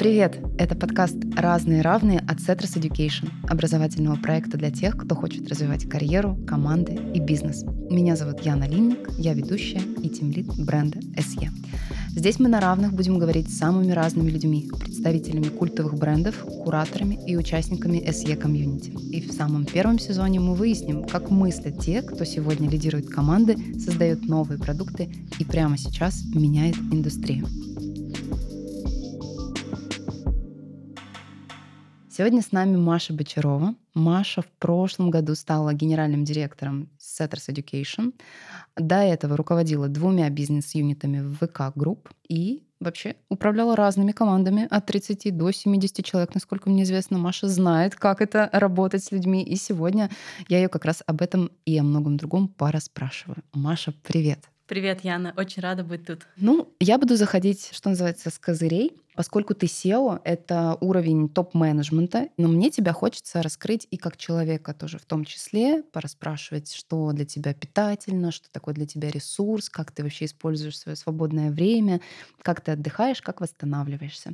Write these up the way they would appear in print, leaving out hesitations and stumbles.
Привет! Это подкаст «Разные равные» от Cetrus Education, образовательного проекта для тех, кто хочет развивать карьеру, команды и бизнес. Меня зовут Яна Линник, я ведущая и тимлид бренда SE. Здесь мы на равных будем говорить с самыми разными людьми, представителями культовых брендов, кураторами и участниками SE-комьюнити. И в самом первом сезоне мы выясним, как мыслят те, кто сегодня лидирует команды, создает новые продукты и прямо сейчас меняет индустрию. Сегодня с нами Маша Бочарова. Маша в прошлом году стала генеральным директором Cetrus Education. До этого руководила 2 бизнес-юнитами в ВК Групп и вообще управляла разными командами от 30 до 70 человек, насколько мне известно. Маша знает, как это работать с людьми. И сегодня я ее как раз об этом и о многом другом порасспрашиваю. Маша, привет! Привет, Яна. Очень рада быть тут. Я буду заходить, что называется, с козырей. Поскольку ты SEO — это уровень топ-менеджмента, но мне тебя хочется раскрыть и как человека тоже в том числе, порасспрашивать, что для тебя питательно, что такое для тебя ресурс, как ты вообще используешь свое свободное время, как ты отдыхаешь, как восстанавливаешься.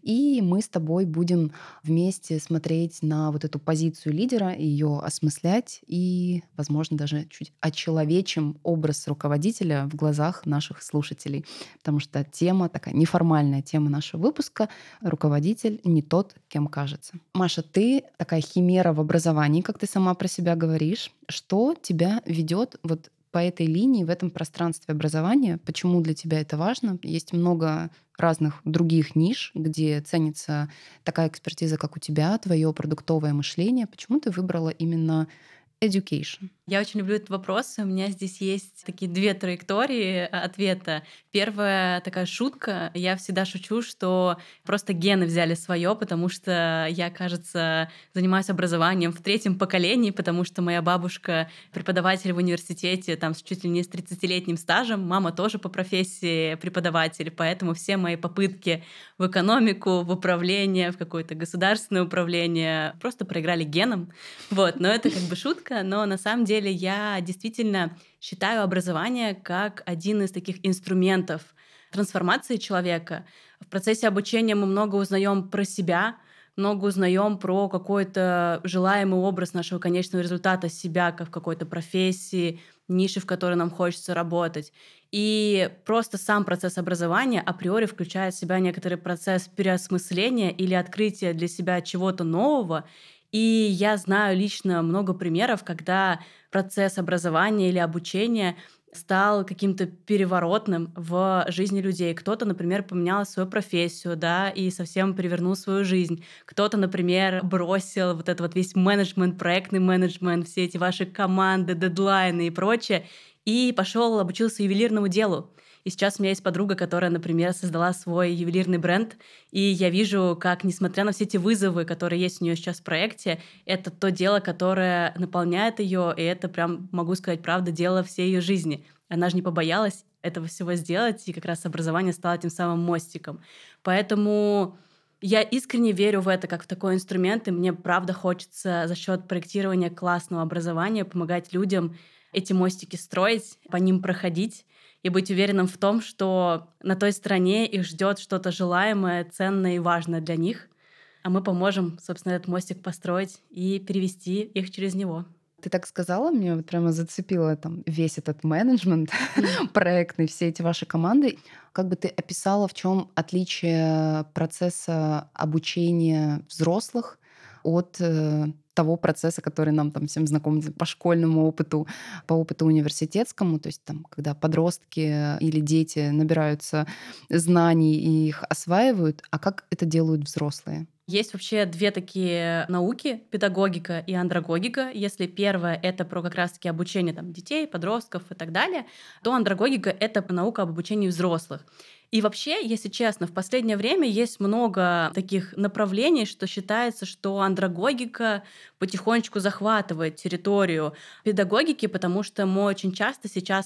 И мы с тобой будем вместе смотреть на вот эту позицию лидера, ее осмыслять и, возможно, даже чуть очеловечим образ руководителя в глазах наших слушателей. Потому что тема такая неформальная, тема нашего выпуска «Руководитель не тот, кем кажется». Маша, ты такая химера в образовании, как ты сама про себя говоришь. Что тебя ведет вот по этой линии, в этом пространстве образования? Почему для тебя это важно? Есть много разных других ниш, где ценится такая экспертиза, как у тебя, твое продуктовое мышление. Почему ты выбрала именно education? Я очень люблю этот вопрос. У меня здесь есть такие 2 траектории ответа. Первая такая шутка. Я всегда шучу, что просто гены взяли свое, потому что я, кажется, занимаюсь образованием в 3-м поколении, потому что моя бабушка преподаватель в университете, там чуть ли не с 30-летним стажем, мама тоже по профессии преподаватель, поэтому все мои попытки в экономику, в управление, в какое-то государственное управление просто проиграли геном. Вот, но это как бы шутка, но на самом деле я действительно считаю образование как один из таких инструментов трансформации человека. В процессе обучения мы много узнаем про себя, много узнаем про какой-то желаемый образ нашего конечного результата себя, как в какой-то профессии, ниши, в которой нам хочется работать. И просто сам процесс образования априори включает в себя некоторый процесс переосмысления или открытия для себя чего-то нового. И я знаю лично много примеров, когда процесс образования или обучения стал каким-то переворотным в жизни людей. Кто-то, например, поменял свою профессию, да, и совсем перевернул свою жизнь. Кто-то, например, бросил вот этот вот весь менеджмент, проектный менеджмент, все эти ваши команды, дедлайны и прочее, и пошел обучился ювелирному делу. И сейчас у меня есть подруга, которая, например, создала свой ювелирный бренд, и я вижу, как, несмотря на все эти вызовы, которые есть у нее сейчас в проекте, это то дело, которое наполняет ее, и это прям, могу сказать, правда, дело всей ее жизни. Она же не побоялась этого всего сделать, и как раз образование стало тем самым мостиком. Поэтому я искренне верю в это как в такой инструмент, и мне правда хочется за счет проектирования классного образования помогать людям эти мостики строить, по ним проходить и быть уверенным в том, что на той стороне их ждет что-то желаемое, ценное и важное для них, а мы поможем, собственно, этот мостик построить и перевести их через него. Ты так сказала, мне вот прямо зацепило там весь этот менеджмент проектный, все эти ваши команды. Как бы ты описала, в чем отличие процесса обучения взрослых от того процесса, который нам там всем знаком по школьному опыту, по опыту университетскому, то есть там, когда подростки или дети набираются знаний и их осваивают, а как это делают взрослые? Есть вообще 2 такие науки — педагогика и андрогогика. Если первая — это про как раз-таки обучение там, детей, подростков и так далее, то андрогогика — это наука об обучении взрослых. И вообще, если честно, в последнее время есть много таких направлений, что считается, что андрогогика потихонечку захватывает территорию педагогики, потому что мы очень часто сейчас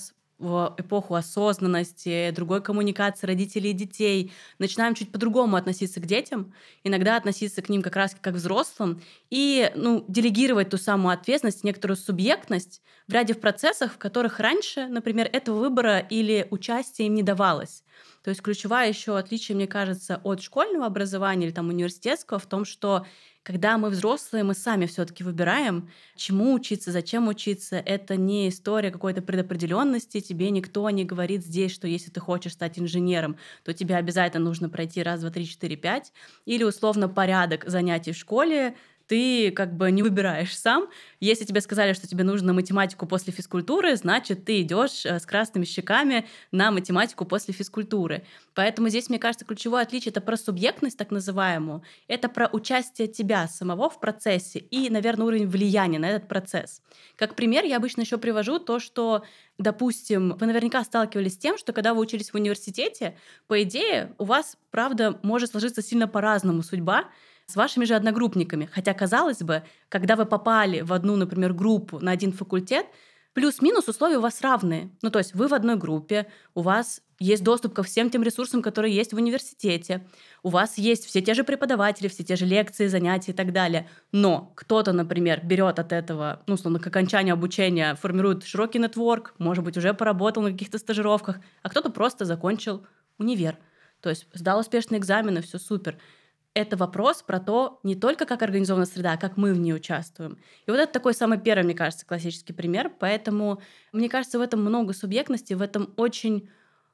в эпоху осознанности, другой коммуникации родителей и детей, начинаем чуть по-другому относиться к детям, иногда относиться к ним как раз как к взрослым и делегировать ту самую ответственность, некоторую субъектность в ряде процессов, в которых раньше, например, этого выбора или участия им не давалось. То есть ключевое еще отличие, мне кажется, от школьного образования или там университетского в том, что когда мы взрослые, мы сами все-таки выбираем, чему учиться, зачем учиться. Это не история какой-то предопределенности. Тебе никто не говорит здесь, что если ты хочешь стать инженером, то тебе обязательно нужно пройти раз, два, три, четыре, пять. Или условно порядок занятий в школе ты как бы не выбираешь сам. Если тебе сказали, что тебе нужно математику после физкультуры, значит, ты идешь с красными щеками на математику после физкультуры. Поэтому здесь, мне кажется, ключевое отличие — это про субъектность так называемую, это про участие тебя самого в процессе и, наверное, уровень влияния на этот процесс. Как пример я обычно еще привожу то, что, допустим, вы наверняка сталкивались с тем, что когда вы учились в университете, по идее, у вас, правда, может сложиться сильно по-разному судьба с вашими же одногруппниками. Хотя, казалось бы, когда вы попали в одну, например, группу на один факультет, плюс-минус условия у вас равные. Ну, то есть вы в одной группе, у вас есть доступ ко всем тем ресурсам, которые есть в университете, у вас есть все те же преподаватели, все те же лекции, занятия и так далее. Но кто-то, например, берет от этого, условно, к окончанию обучения, формирует широкий нетворк, может быть, уже поработал на каких-то стажировках, а кто-то просто закончил универ. То есть сдал успешные экзамены, все супер. Это вопрос про то, не только как организована среда, а как мы в ней участвуем. И вот это такой самый первый, мне кажется, классический пример. Поэтому, мне кажется, в этом много субъектности, в этом очень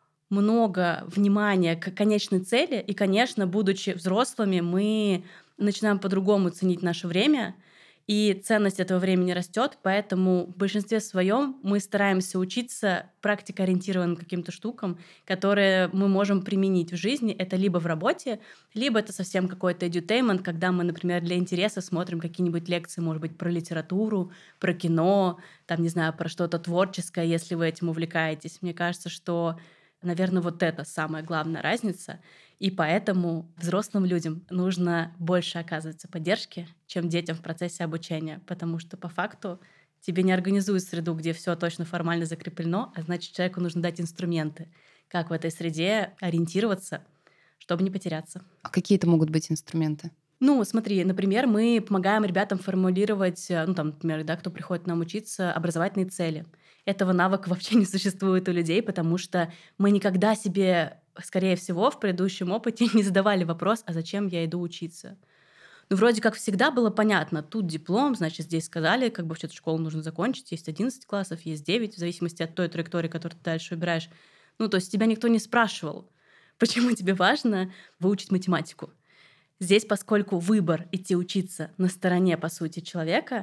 много внимания к конечной цели. И, конечно, будучи взрослыми, мы начинаем по-другому ценить наше время, и ценность этого времени растет, поэтому в большинстве своем мы стараемся учиться практикоориентированным каким-то штукам, которые мы можем применить в жизни. Это либо в работе, либо это совсем какой-то edutainment, когда мы, например, для интереса смотрим какие-нибудь лекции, может быть, про литературу, про кино, там, не знаю, про что-то творческое, если вы этим увлекаетесь. Мне кажется, что, наверное, вот это самая главная разница. И поэтому взрослым людям нужно больше, оказывается, поддержки, чем детям в процессе обучения, потому что по факту тебе не организуют среду, где все точно формально закреплено, а значит, человеку нужно дать инструменты, как в этой среде ориентироваться, чтобы не потеряться. А какие это могут быть инструменты? Смотри, например, мы помогаем ребятам формулировать, например, да, кто приходит к нам учиться, образовательные цели. Этого навыка вообще не существует у людей, потому что мы никогда себе, скорее всего, в предыдущем опыте не задавали вопрос, а зачем я иду учиться? Вроде как всегда было понятно, тут диплом, значит, здесь сказали, как бы вообще-то школу нужно закончить, есть 11 классов, есть 9, в зависимости от той траектории, которую ты дальше выбираешь. То есть тебя никто не спрашивал, почему тебе важно выучить математику. Здесь, поскольку выбор идти учиться на стороне, по сути, человека,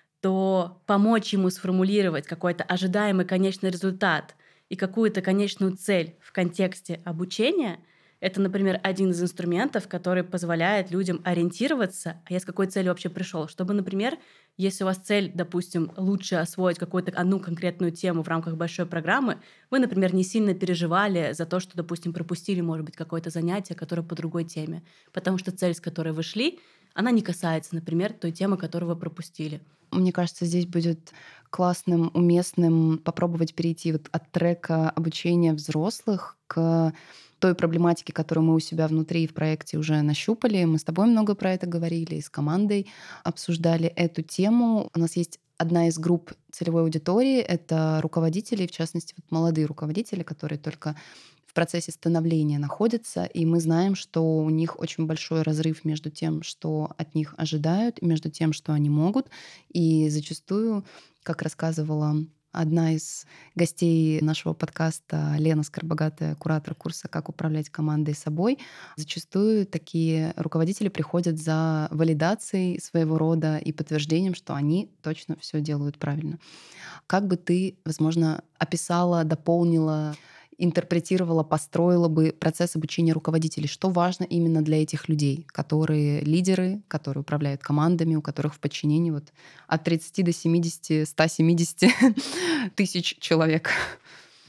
то помочь ему сформулировать какой-то ожидаемый конечный результат и какую-то конечную цель в контексте обучения — это, например, один из инструментов, который позволяет людям ориентироваться, а я с какой целью вообще пришел, чтобы, например, если у вас цель, допустим, лучше освоить какую-то одну конкретную тему в рамках большой программы, вы, например, не сильно переживали за то, что, допустим, пропустили, может быть, какое-то занятие, которое по другой теме, потому что цель, с которой вы шли, она не касается, например, той темы, которую вы пропустили. Мне кажется, здесь будет классным, уместным попробовать перейти вот от трека обучения взрослых к той проблематике, которую мы у себя внутри в проекте уже нащупали. Мы с тобой много про это говорили, и с командой обсуждали эту тему. У нас есть одна из групп целевой аудитории — это руководители, в частности, вот молодые руководители, которые только в процессе становления находятся, и мы знаем, что у них очень большой разрыв между тем, что от них ожидают, и между тем, что они могут. И зачастую, как рассказывала одна из гостей нашего подкаста, Лена Скоробогатая, куратор курса «Как управлять командой собой», зачастую такие руководители приходят за валидацией своего рода и подтверждением, что они точно все делают правильно. Как бы ты, возможно, описала, дополнила, интерпретировала, построила бы процесс обучения руководителей? Что важно именно для этих людей, которые лидеры, которые управляют командами, у которых в подчинении вот от 30 до 70, 170 тысяч человек?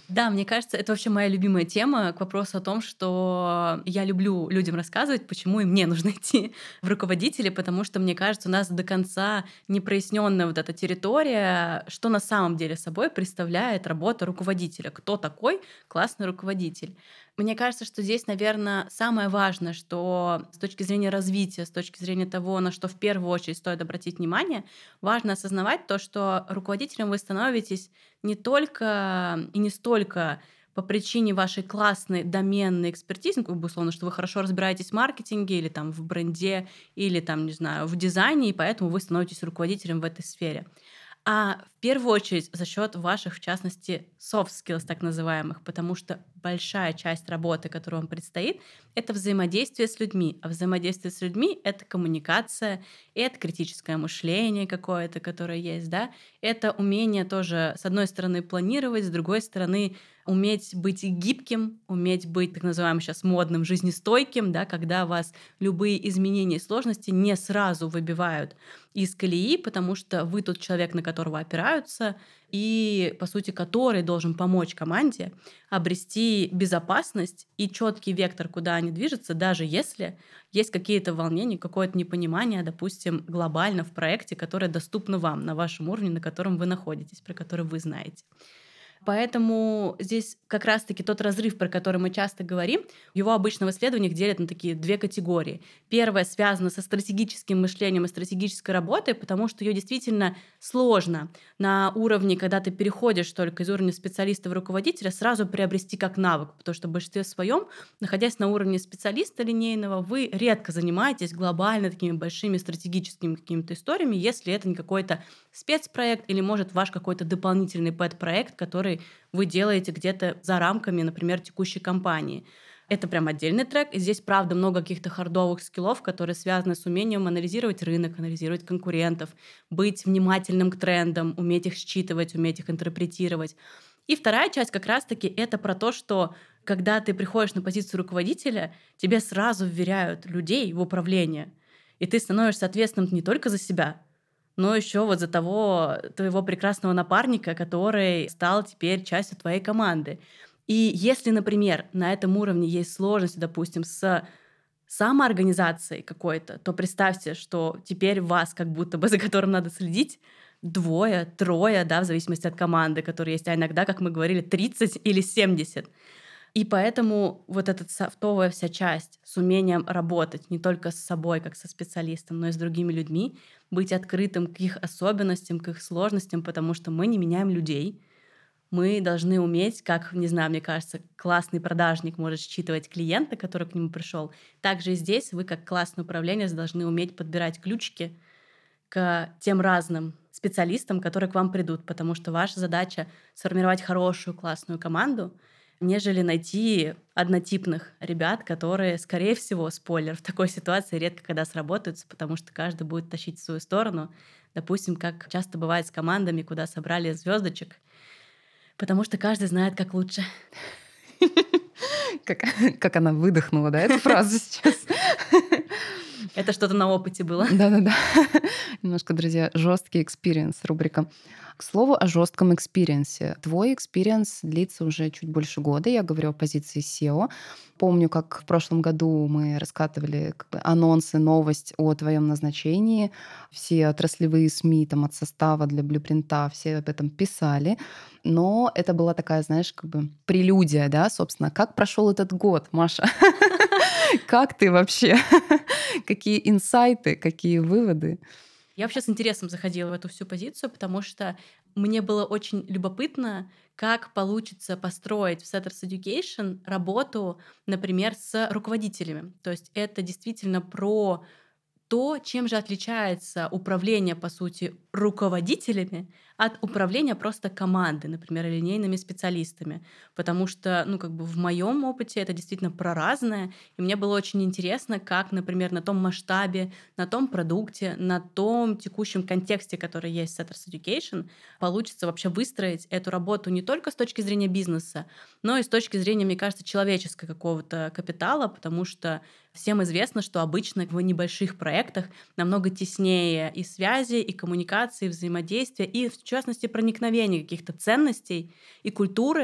Да, мне кажется, это вообще моя любимая тема к вопросу о том, что я люблю людям рассказывать, почему и мне нужно идти в руководители, потому что, мне кажется, у нас до конца не проясненная вот эта территория, что на самом деле собой представляет работа руководителя, кто такой классный руководитель. Мне кажется, что здесь, наверное, самое важное, что с точки зрения развития, с точки зрения того, на что в первую очередь стоит обратить внимание, важно осознавать то, что руководителем вы становитесь не только и не столько по причине вашей классной доменной экспертизы, ну, как бы условно, что вы хорошо разбираетесь в маркетинге или там в бренде, или там, не знаю, в дизайне, и поэтому вы становитесь руководителем в этой сфере. А в первую очередь за счет ваших, в частности, soft skills, так называемых, потому что большая часть работы, которая вам предстоит, это взаимодействие с людьми. А взаимодействие с людьми — это коммуникация, это критическое мышление какое-то, которое есть, да, это умение тоже, с одной стороны, планировать, с другой стороны, уметь быть гибким, уметь быть, так называемым сейчас модным, жизнестойким, да, когда вас любые изменения и сложности не сразу выбивают из колеи, потому что вы тот человек, на которого опираются, и, по сути, который должен помочь команде обрести безопасность и четкий вектор, куда они движутся, даже если есть какие-то волнения, какое-то непонимание, допустим, глобально в проекте, которое доступно вам на вашем уровне, на котором вы находитесь, про который вы знаете. Поэтому здесь как раз-таки тот разрыв, про который мы часто говорим, его обычно в исследованиях делят на такие две категории. Первая связана со стратегическим мышлением и стратегической работой, потому что ее действительно сложно на уровне, когда ты переходишь только из уровня специалиста в руководителя, сразу приобрести как навык, потому что в большинстве своем, находясь на уровне специалиста линейного, вы редко занимаетесь глобально такими большими стратегическими какими-то историями, если это не какой-то спецпроект или, может, ваш какой-то дополнительный пэт-проект, который вы делаете где-то за рамками, например, текущей компании. Это прям отдельный трек. И здесь, правда, много каких-то хардовых скиллов, которые связаны с умением анализировать рынок, анализировать конкурентов, быть внимательным к трендам, уметь их считывать, уметь их интерпретировать. И вторая часть как раз-таки это про то, что когда ты приходишь на позицию руководителя, тебе сразу вверяют людей в управление. И ты становишься ответственным не только за себя, но еще вот за того твоего прекрасного напарника, который стал теперь частью твоей команды. И если, например, на этом уровне есть сложности, допустим, с самоорганизацией какой-то, то представьте, что теперь вас, как будто бы за которым надо следить, двое, трое, да, в зависимости от команды, которые есть, а иногда, как мы говорили, 30 или 70. И поэтому вот эта софтовая вся часть с умением работать не только с собой, как со специалистом, но и с другими людьми, быть открытым к их особенностям, к их сложностям, потому что мы не меняем людей. Мы должны уметь, как, не знаю, мне кажется, классный продажник может считывать клиента, который к нему пришел. Также и здесь вы, как классный управленец, должны уметь подбирать ключики к тем разным специалистам, которые к вам придут, потому что ваша задача сформировать хорошую классную команду, нежели найти однотипных ребят, которые, скорее всего, спойлер, в такой ситуации редко когда сработаются, потому что каждый будет тащить в свою сторону. Допустим, как часто бывает с командами, куда собрали звездочек, потому что каждый знает, как лучше. Как, как она выдохнула, да, эту фразу сейчас? Это что-то на опыте было. Да-да-да. Немножко, друзья, жесткий экспириенс рубрика. К слову о жестком экспириенсе. Твой экспириенс длится уже чуть больше года. Я говорю о позиции SEO. Помню, как в прошлом году мы раскатывали как бы анонсы, новость о твоем назначении. Все отраслевые СМИ там, от состава для блюпринта, все об этом писали. Но это была такая, знаешь, как бы прелюдия, да, собственно. Как прошел этот год, Маша? Как ты вообще? Какие инсайты, какие выводы? Я вообще с интересом заходила в эту всю позицию, потому что мне было очень любопытно, как получится построить в Setters Education работу, например, с руководителями. То есть это действительно про то, чем же отличается управление, по сути, руководителями от управления просто командой, например, линейными специалистами. Потому что, ну, как бы в моем опыте это действительно про разное. И мне было очень интересно, как, например, на том масштабе, на том продукте, на том текущем контексте, который есть в Setters Education, получится вообще выстроить эту работу не только с точки зрения бизнеса, но и с точки зрения, мне кажется, человеческого какого-то капитала, потому что всем известно, что обычно в небольших проектах намного теснее и связи, и коммуникации, и взаимодействия, и, в частности, проникновение каких-то ценностей и культуры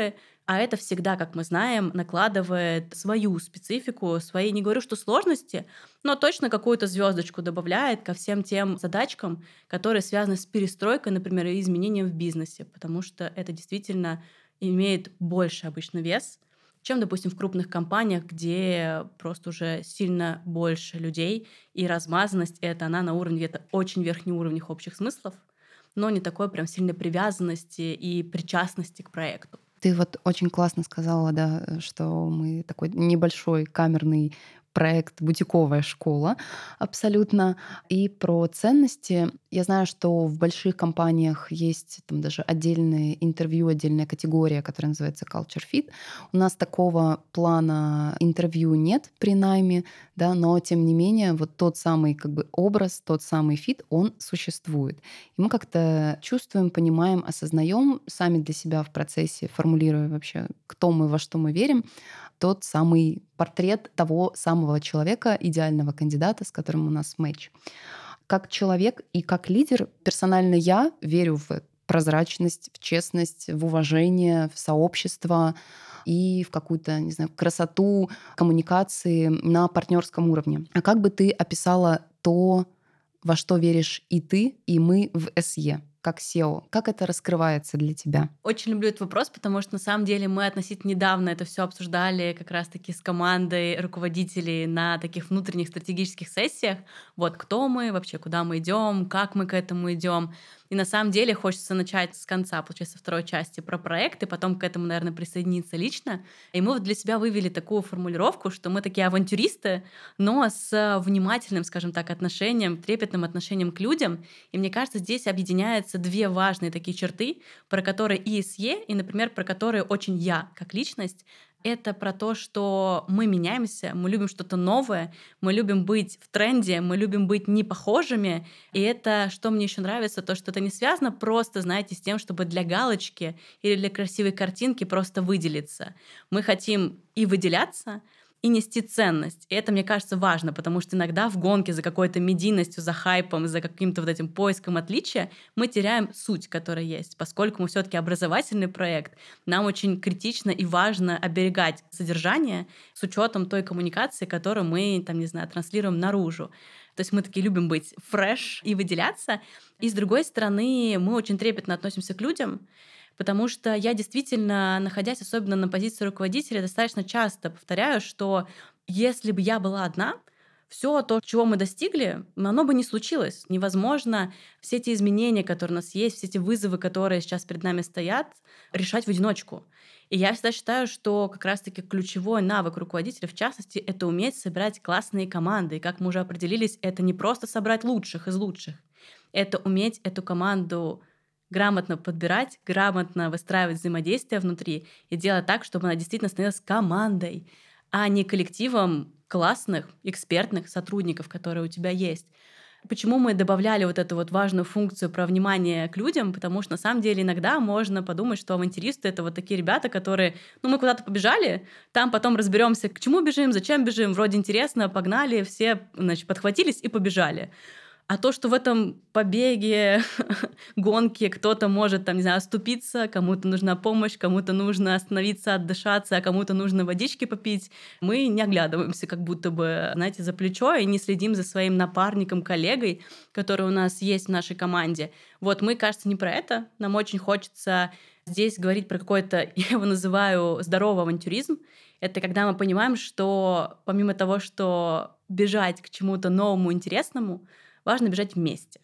А это всегда, как мы знаем, накладывает свою специфику, свои, не говорю, что сложности, но точно какую-то звездочку добавляет ко всем тем задачкам, которые связаны с перестройкой, например, и изменением в бизнесе, потому что это действительно имеет больше обычно вес, чем, допустим, в крупных компаниях, где просто уже сильно больше людей, и размазанность это она на уровне где-то очень верхних уровнях общих смыслов, но не такой прям сильной привязанности и причастности к проекту. Ты вот очень классно сказала, да, что мы такой небольшой камерный проект, бутиковая школа абсолютно. И про ценности. Я знаю, что в больших компаниях есть там даже отдельное интервью, отдельная категория, которая называется Culture Fit. У нас такого плана интервью нет при найме, да, но тем не менее вот тот самый как бы образ, тот самый фит, он существует. И мы как-то чувствуем, понимаем, осознаем сами для себя в процессе, формулируя вообще, кто мы, во что мы верим, тот самый портрет того самого человека, идеального кандидата, с которым у нас матч. Как человек и как лидер персонально я верю в прозрачность, в честность, в уважение, в сообщество и в какую-то, не знаю, красоту коммуникации на партнерском уровне. А как бы ты описала то, во что веришь и ты, и мы в СЕ, как SEO? Как это раскрывается для тебя? Очень люблю этот вопрос, потому что на самом деле мы относительно недавно это все обсуждали как раз-таки с командой руководителей на таких внутренних стратегических сессиях. Вот кто мы, вообще куда мы идем, как мы к этому идем. И на самом деле хочется начать с конца, получается, второй части про проект, и потом к этому, наверное, присоединиться лично. И мы вот для себя вывели такую формулировку, что мы такие авантюристы, но с внимательным, скажем так, отношением, трепетным отношением к людям. И мне кажется, здесь объединяются две важные такие черты, про которые и ИСЕ, и, например, про которые очень я, как личность, это про то, что мы меняемся, мы любим что-то новое, мы любим быть в тренде, мы любим быть непохожими. И это, что мне еще нравится, то, что это не связано просто, знаете, с тем, чтобы для галочки или для красивой картинки просто выделиться. Мы хотим и выделяться, и нести ценность. И это, мне кажется, важно, потому что иногда в гонке за какой-то медийностью, за хайпом, за каким-то вот этим поиском отличия мы теряем суть, которая есть. Поскольку мы все-таки образовательный проект, нам очень критично и важно оберегать содержание с учетом той коммуникации, которую мы, там, не знаю, транслируем наружу. То есть мы такие любим быть фреш и выделяться. И с другой стороны, мы очень трепетно относимся к людям, потому что я действительно, находясь особенно на позиции руководителя, достаточно часто повторяю, что если бы я была одна, все то, чего мы достигли, оно бы не случилось. Невозможно все эти изменения, которые у нас есть, все эти вызовы, которые сейчас перед нами стоят, решать в одиночку. И я всегда считаю, что как раз-таки ключевой навык руководителя, в частности, это уметь собирать классные команды. И как мы уже определились, это не просто собрать лучших из лучших. Это уметь эту команду грамотно подбирать, грамотно выстраивать взаимодействие внутри и делать так, чтобы она действительно становилась командой, а не коллективом классных, экспертных сотрудников, которые у тебя есть. Почему мы добавляли вот эту вот важную функцию про внимание к людям? Потому что на самом деле иногда можно подумать, что авантюристы — это вот такие ребята, которые, ну, мы куда-то побежали, там потом разберемся, к чему бежим, зачем бежим, вроде интересно, погнали, все, значит, подхватились и побежали. А то, что в этом побеге, гонке кто-то может, там, не знаю, оступиться, кому-то нужна помощь, кому-то нужно остановиться, отдышаться, а кому-то нужно водички попить, мы не оглядываемся как будто бы, знаете, за плечо и не следим за своим напарником, коллегой, который у нас есть в нашей команде. Вот мы, кажется, не про это. Нам очень хочется здесь говорить про какой-то, я его называю, здоровый авантюризм. Это когда мы понимаем, что помимо того, что бежать к чему-то новому, интересному, важно бежать вместе.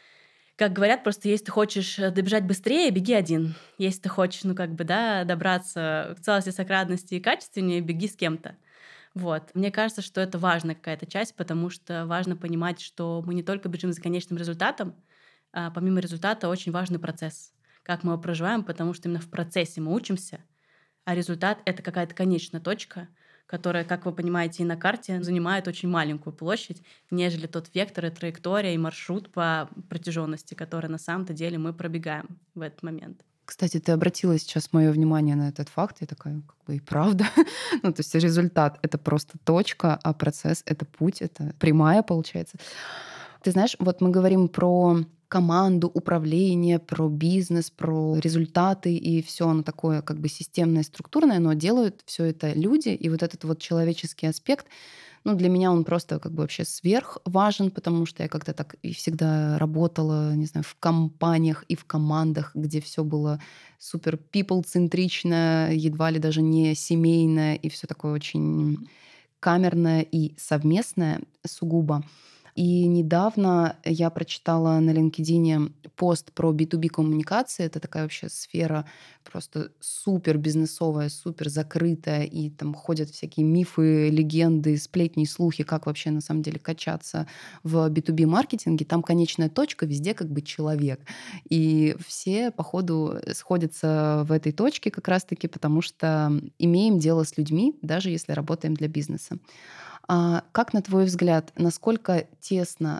Как говорят, просто если ты хочешь добежать быстрее, беги один. Если ты хочешь, ну, как бы, да, добраться к целости, сохранности и качественнее, беги с кем-то. Вот. Мне кажется, что это важная какая-то часть, потому что важно понимать, что мы не только бежим за конечным результатом, а помимо результата очень важный процесс, как мы его проживаем, потому что именно в процессе мы учимся, а результат — это какая-то конечная точка, которая, как вы понимаете, и на карте занимает очень маленькую площадь, нежели тот вектор и траектория и маршрут по протяженности, который на самом-то деле мы пробегаем в этот момент. Кстати, ты обратила сейчас мое внимание на этот факт. Я такая, как бы и правда. Ну, то есть результат — это просто точка, а процесс — это путь, это прямая, получается. Ты знаешь, вот мы говорим про команду, управление, про бизнес, про результаты, и все оно такое как бы системное, структурное, но делают все это люди. И вот этот вот человеческий аспект, ну, для меня он просто как бы вообще сверх важен, потому что я как-то так и всегда работала, не знаю, в компаниях и в командах, где все было супер people-центрично, едва ли даже не семейное, и все такое очень камерное и совместное сугубо. И недавно я прочитала на LinkedIn пост про B2B коммуникации. Это такая вообще сфера просто супер бизнесовая, супер закрытая. И там ходят всякие мифы, легенды, сплетни, слухи, как вообще на самом деле качаться в B2B маркетинге. Там конечная точка везде как бы человек. И все, походу, сходятся в этой точке как раз-таки, потому что имеем дело с людьми, даже если работаем для бизнеса. Как, на твой взгляд, насколько тесно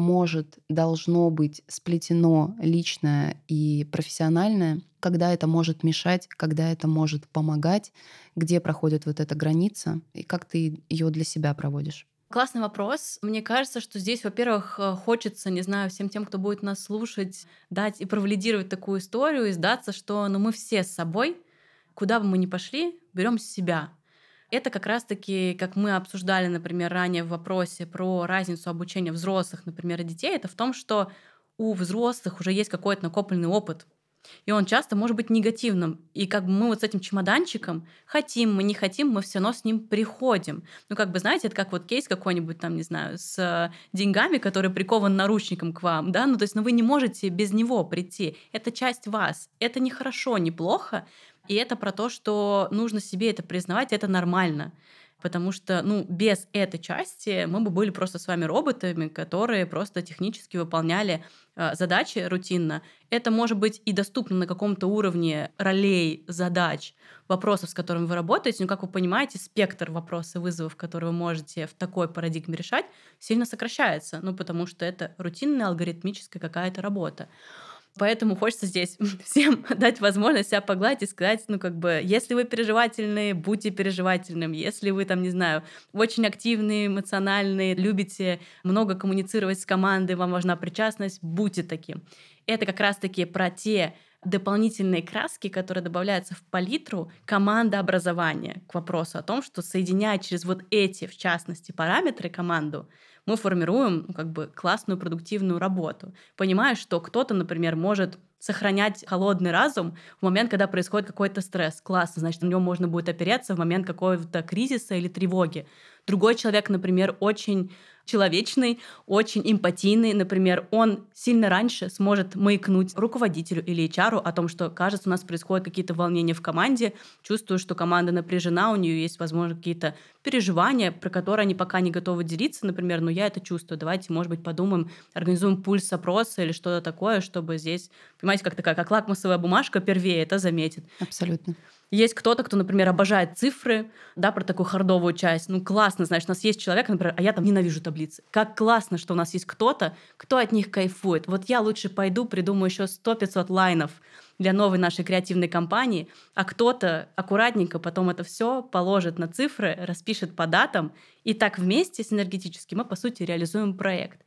должно быть сплетено личное и профессиональное, когда это может мешать, когда это может помогать, где проходит вот эта граница, и как ты ее для себя проводишь? Классный вопрос. Мне кажется, что здесь, во-первых, хочется, не знаю, всем тем, кто будет нас слушать, дать и провалидировать такую историю, и сдаться, что ну, мы все с собой, куда бы мы ни пошли, берем себя. Это как раз-таки, как мы обсуждали, например, ранее в вопросе про разницу обучения взрослых, например, и детей, это в том, что у взрослых уже есть какой-то накопленный опыт, и он часто может быть негативным. И как бы мы вот с этим чемоданчиком, хотим мы, не хотим, мы все равно с ним приходим. Ну, как бы, знаете, это как вот кейс какой-нибудь там, не знаю, с деньгами, который прикован наручником к вам, да, ну, то есть, ну, вы не можете без него прийти. Это часть вас. Это не хорошо, не плохо, и это про то, что нужно себе это признавать, это нормально. Потому что, ну, без этой части мы бы были просто с вами роботами, которые просто технически выполняли задачи рутинно. Это может быть и доступно на каком-то уровне ролей, задач, вопросов, с которыми вы работаете, но, как вы понимаете, спектр вопросов и вызовов, которые вы можете в такой парадигме решать, сильно сокращается, ну, потому что это рутинная алгоритмическая какая-то работа. Поэтому хочется здесь всем дать возможность себя погладить и сказать, ну, как бы, если вы переживательные, будьте переживательным. Если вы, там, не знаю, очень активные, эмоциональные, любите много коммуницировать с командой, вам важна причастность, будьте таким. Это как раз-таки про те дополнительные краски, которые добавляются в палитру командообразования, к вопросу о том, что соединяя через вот эти, в частности, параметры команду, мы формируем, ну, как бы классную продуктивную работу. Понимая, что кто-то, например, может сохранять холодный разум в момент, когда происходит какой-то стресс. Классно, значит, на него можно будет опереться в момент какого-то кризиса или тревоги. Другой человек, например, очень человечный, очень эмпатийный, например, он сильно раньше сможет маякнуть руководителю или HR о том, что, кажется, у нас происходят какие-то волнения в команде, чувствую, что команда напряжена, у нее есть, возможно, какие-то переживания, про которые они пока не готовы делиться, например, но я это чувствую. Давайте, может быть, подумаем, организуем пульс-опроса или что-то такое, чтобы здесь, понимаете, как такая, как лакмусовая бумажка, первее это заметит. Абсолютно. Есть кто-то, кто, например, обожает цифры, да, про такую хардовую часть. Ну, классно, значит, у нас есть человек, например, а я там ненавижу таблицы. Как классно, что у нас есть кто-то, кто от них кайфует. Вот я лучше пойду, придумаю еще 100-500 лайнов для новой нашей креативной кампании, а кто-то аккуратненько потом это все положит на цифры, распишет по датам, и так вместе синергетически мы, по сути, реализуем проект.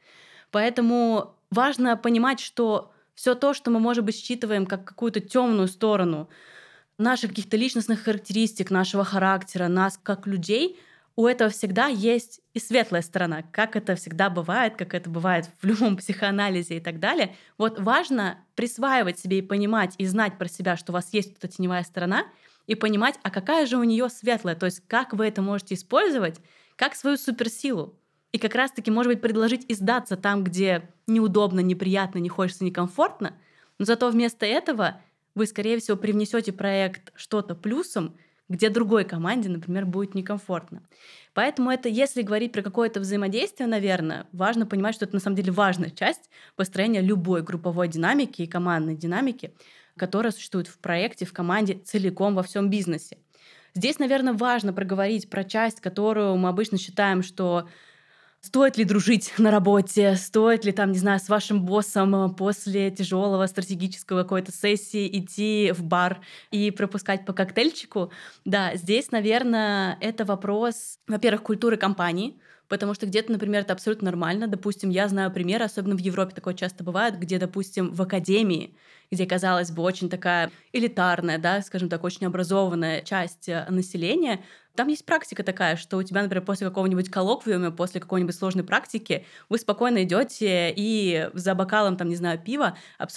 Поэтому важно понимать, что все то, что мы, может быть, считываем как какую-то темную сторону наших каких-то личностных характеристик, нашего характера, нас как людей, у этого всегда есть и светлая сторона, как это всегда бывает, как это бывает в любом психоанализе и так далее. Вот важно присваивать себе и понимать, и знать про себя, что у вас есть эта теневая сторона, и понимать, а какая же у нее светлая, то есть как вы это можете использовать как свою суперсилу. И как раз-таки, может быть, предложить и сдаться там, где неудобно, неприятно, не хочется, некомфортно, но зато вместо этого вы, скорее всего, привнесете проект что-то плюсом, где другой команде, например, будет некомфортно. Поэтому это, если говорить про какое-то взаимодействие, наверное, важно понимать, что это на самом деле важная часть построения любой групповой динамики и командной динамики, которая существует в проекте, в команде, целиком во всем бизнесе. Здесь, наверное, важно проговорить про часть, которую мы обычно считаем, что стоит ли дружить на работе, стоит ли там, не знаю, с вашим боссом после тяжелого стратегического какой-то сессии идти в бар и пропускать по коктейльчику. Да, здесь, наверное, это вопрос, во-первых, культуры компании, потому что где-то, например, это абсолютно нормально. Допустим, я знаю примеры, особенно в Европе такое часто бывает, где, допустим, в академии, где, казалось бы, очень такая элитарная, да, скажем так, очень образованная часть населения, там есть практика такая, что у тебя, например, после какого-нибудь коллоквиума, после какой-нибудь сложной практики вы спокойно идете и за бокалом, там, не знаю, пива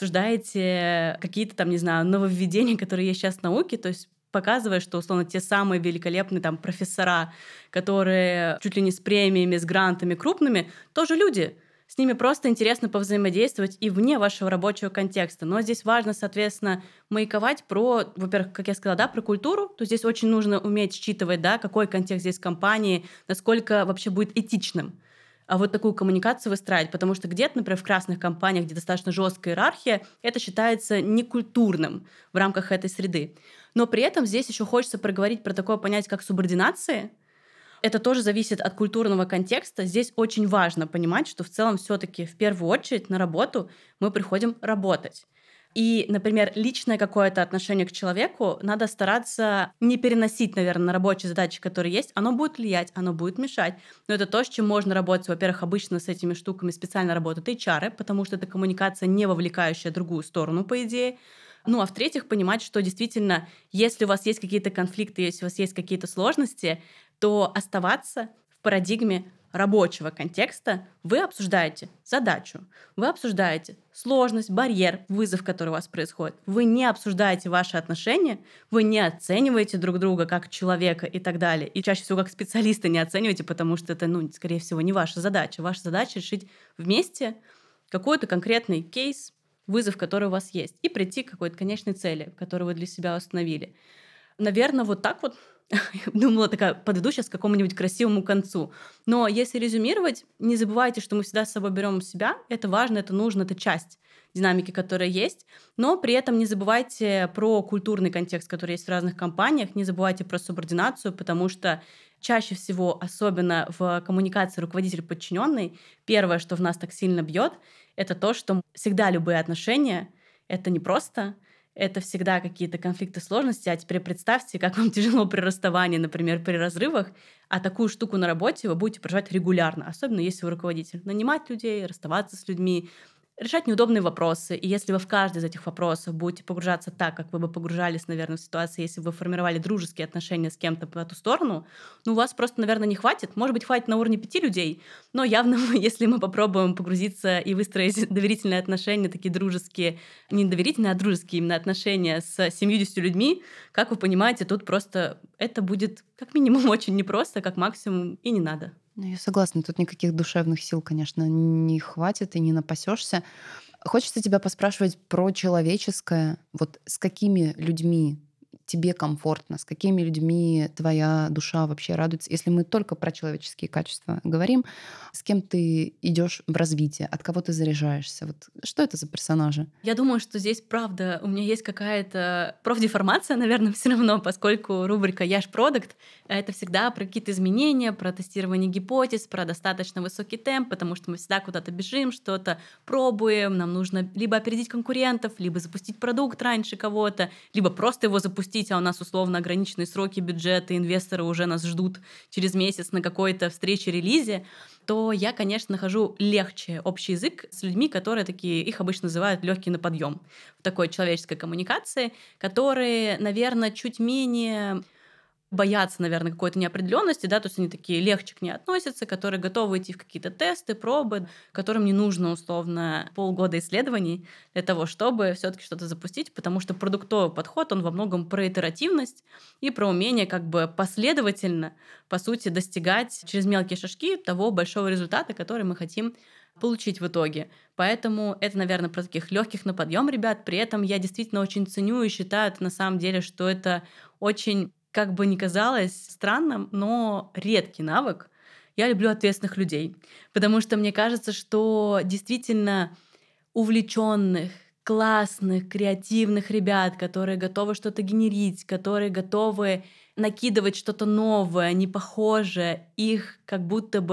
обсуждаете какие-то там, не знаю, нововведения, которые есть сейчас в науке, то есть показывая, что, условно, те самые великолепные там профессора, которые чуть ли не с премиями, с грантами крупными, тоже люди. С ними просто интересно повзаимодействовать и вне вашего рабочего контекста. Но здесь важно, соответственно, маяковать про, во-первых, как я сказала, да, про культуру. То здесь очень нужно уметь считывать, да, какой контекст здесь компании, насколько вообще будет этичным. А вот такую коммуникацию выстраивать, потому что где-то, например, в красных компаниях, где достаточно жесткая иерархия, это считается некультурным в рамках этой среды. Но при этом здесь еще хочется проговорить про такое понятие, как субординация. Это тоже зависит от культурного контекста. Здесь очень важно понимать, что в целом все-таки в первую очередь на работу мы приходим работать. И, например, личное какое-то отношение к человеку надо стараться не переносить, наверное, на рабочие задачи, которые есть. Оно будет влиять, оно будет мешать. Но это то, с чем можно работать. Во-первых, обычно с этими штуками специально работают HR, потому что это коммуникация, не вовлекающая другую сторону, по идее. Ну, а в-третьих, понимать, что действительно, если у вас есть какие-то конфликты, если у вас есть какие-то сложности, то оставаться в парадигме рабочего контекста вы обсуждаете задачу, вы обсуждаете сложность, барьер, вызов, который у вас происходит. Вы не обсуждаете ваши отношения, вы не оцениваете друг друга как человека и так далее. И чаще всего как специалиста не оцениваете, потому что это, ну, скорее всего, не ваша задача. Ваша задача решить вместе какой-то конкретный кейс, вызов, который у вас есть, и прийти к какой-то конечной цели, которую вы для себя установили. Наверное, вот так вот. Думала такая, подойду сейчас к какому-нибудь красивому концу. Но если резюмировать, не забывайте, что мы всегда с собой берем себя. Это важно, это нужно, это часть динамики, которая есть. Но при этом не забывайте про культурный контекст, который есть в разных компаниях. Не забывайте про субординацию, потому что чаще всего, особенно в коммуникации руководитель-подчиненный, первое, что в нас так сильно бьет, это то, что всегда любые отношения — это непросто, это всегда какие-то конфликты, сложности. А теперь представьте, как вам тяжело при расставании, например, при разрывах, а такую штуку на работе вы будете проживать регулярно, особенно если вы руководитель. Нанимать людей, расставаться с людьми, решать неудобные вопросы. И если вы в каждый из этих вопросов будете погружаться так, как вы бы погружались, наверное, в ситуации, если бы вы формировали дружеские отношения с кем-то по эту сторону, ну, у вас просто, наверное, не хватит. Может быть, хватит на уровне 5 людей, но явно, если мы попробуем погрузиться и выстроить доверительные отношения, такие дружеские, не доверительные, а дружеские именно отношения с 70 людьми, как вы понимаете, тут просто это будет как минимум очень непросто, как максимум и не надо. Ну, я согласна, тут никаких душевных сил, конечно, не хватит и не напасешься. Хочется тебя поспрашивать про человеческое. Вот с какими людьми тебе комфортно, с какими людьми твоя душа вообще радуется? Если мы только про человеческие качества говорим, с кем ты идешь в развитие, от кого ты заряжаешься? Вот что это за персонажи? Я думаю, что здесь, правда, у меня есть какая-то профдеформация, наверное, все равно, поскольку рубрика «Я ж продукт» — это всегда про какие-то изменения, про тестирование гипотез, про достаточно высокий темп, потому что мы всегда куда-то бежим, что-то пробуем, нам нужно либо опередить конкурентов, либо запустить продукт раньше кого-то, либо просто его запустить, а у нас условно ограниченные сроки, бюджеты, инвесторы уже нас ждут через месяц на какой-то встрече-релизе, то я, конечно, нахожу легче общий язык с людьми, которые такие, их обычно называют легкие на подъем в такой человеческой коммуникации, которые, наверное, чуть менее боятся, наверное, какой-то неопределенности, да, то есть они такие легче к ней относятся, которые готовы идти в какие-то тесты, пробы, которым не нужно условно полгода исследований для того, чтобы все-таки что-то запустить, потому что продуктовый подход, он во многом про итеративность и про умение как бы последовательно, по сути, достигать через мелкие шажки того большого результата, который мы хотим получить в итоге. Поэтому это, наверное, про таких легких на подъем ребят. При этом я действительно очень ценю и считаю на самом деле, что это очень, как бы ни казалось странным, но редкий навык. Я люблю ответственных людей, потому что мне кажется, что действительно увлеченных, классных, креативных ребят, которые готовы что-то генерить, которые готовы накидывать что-то новое, непохожее, их как будто бы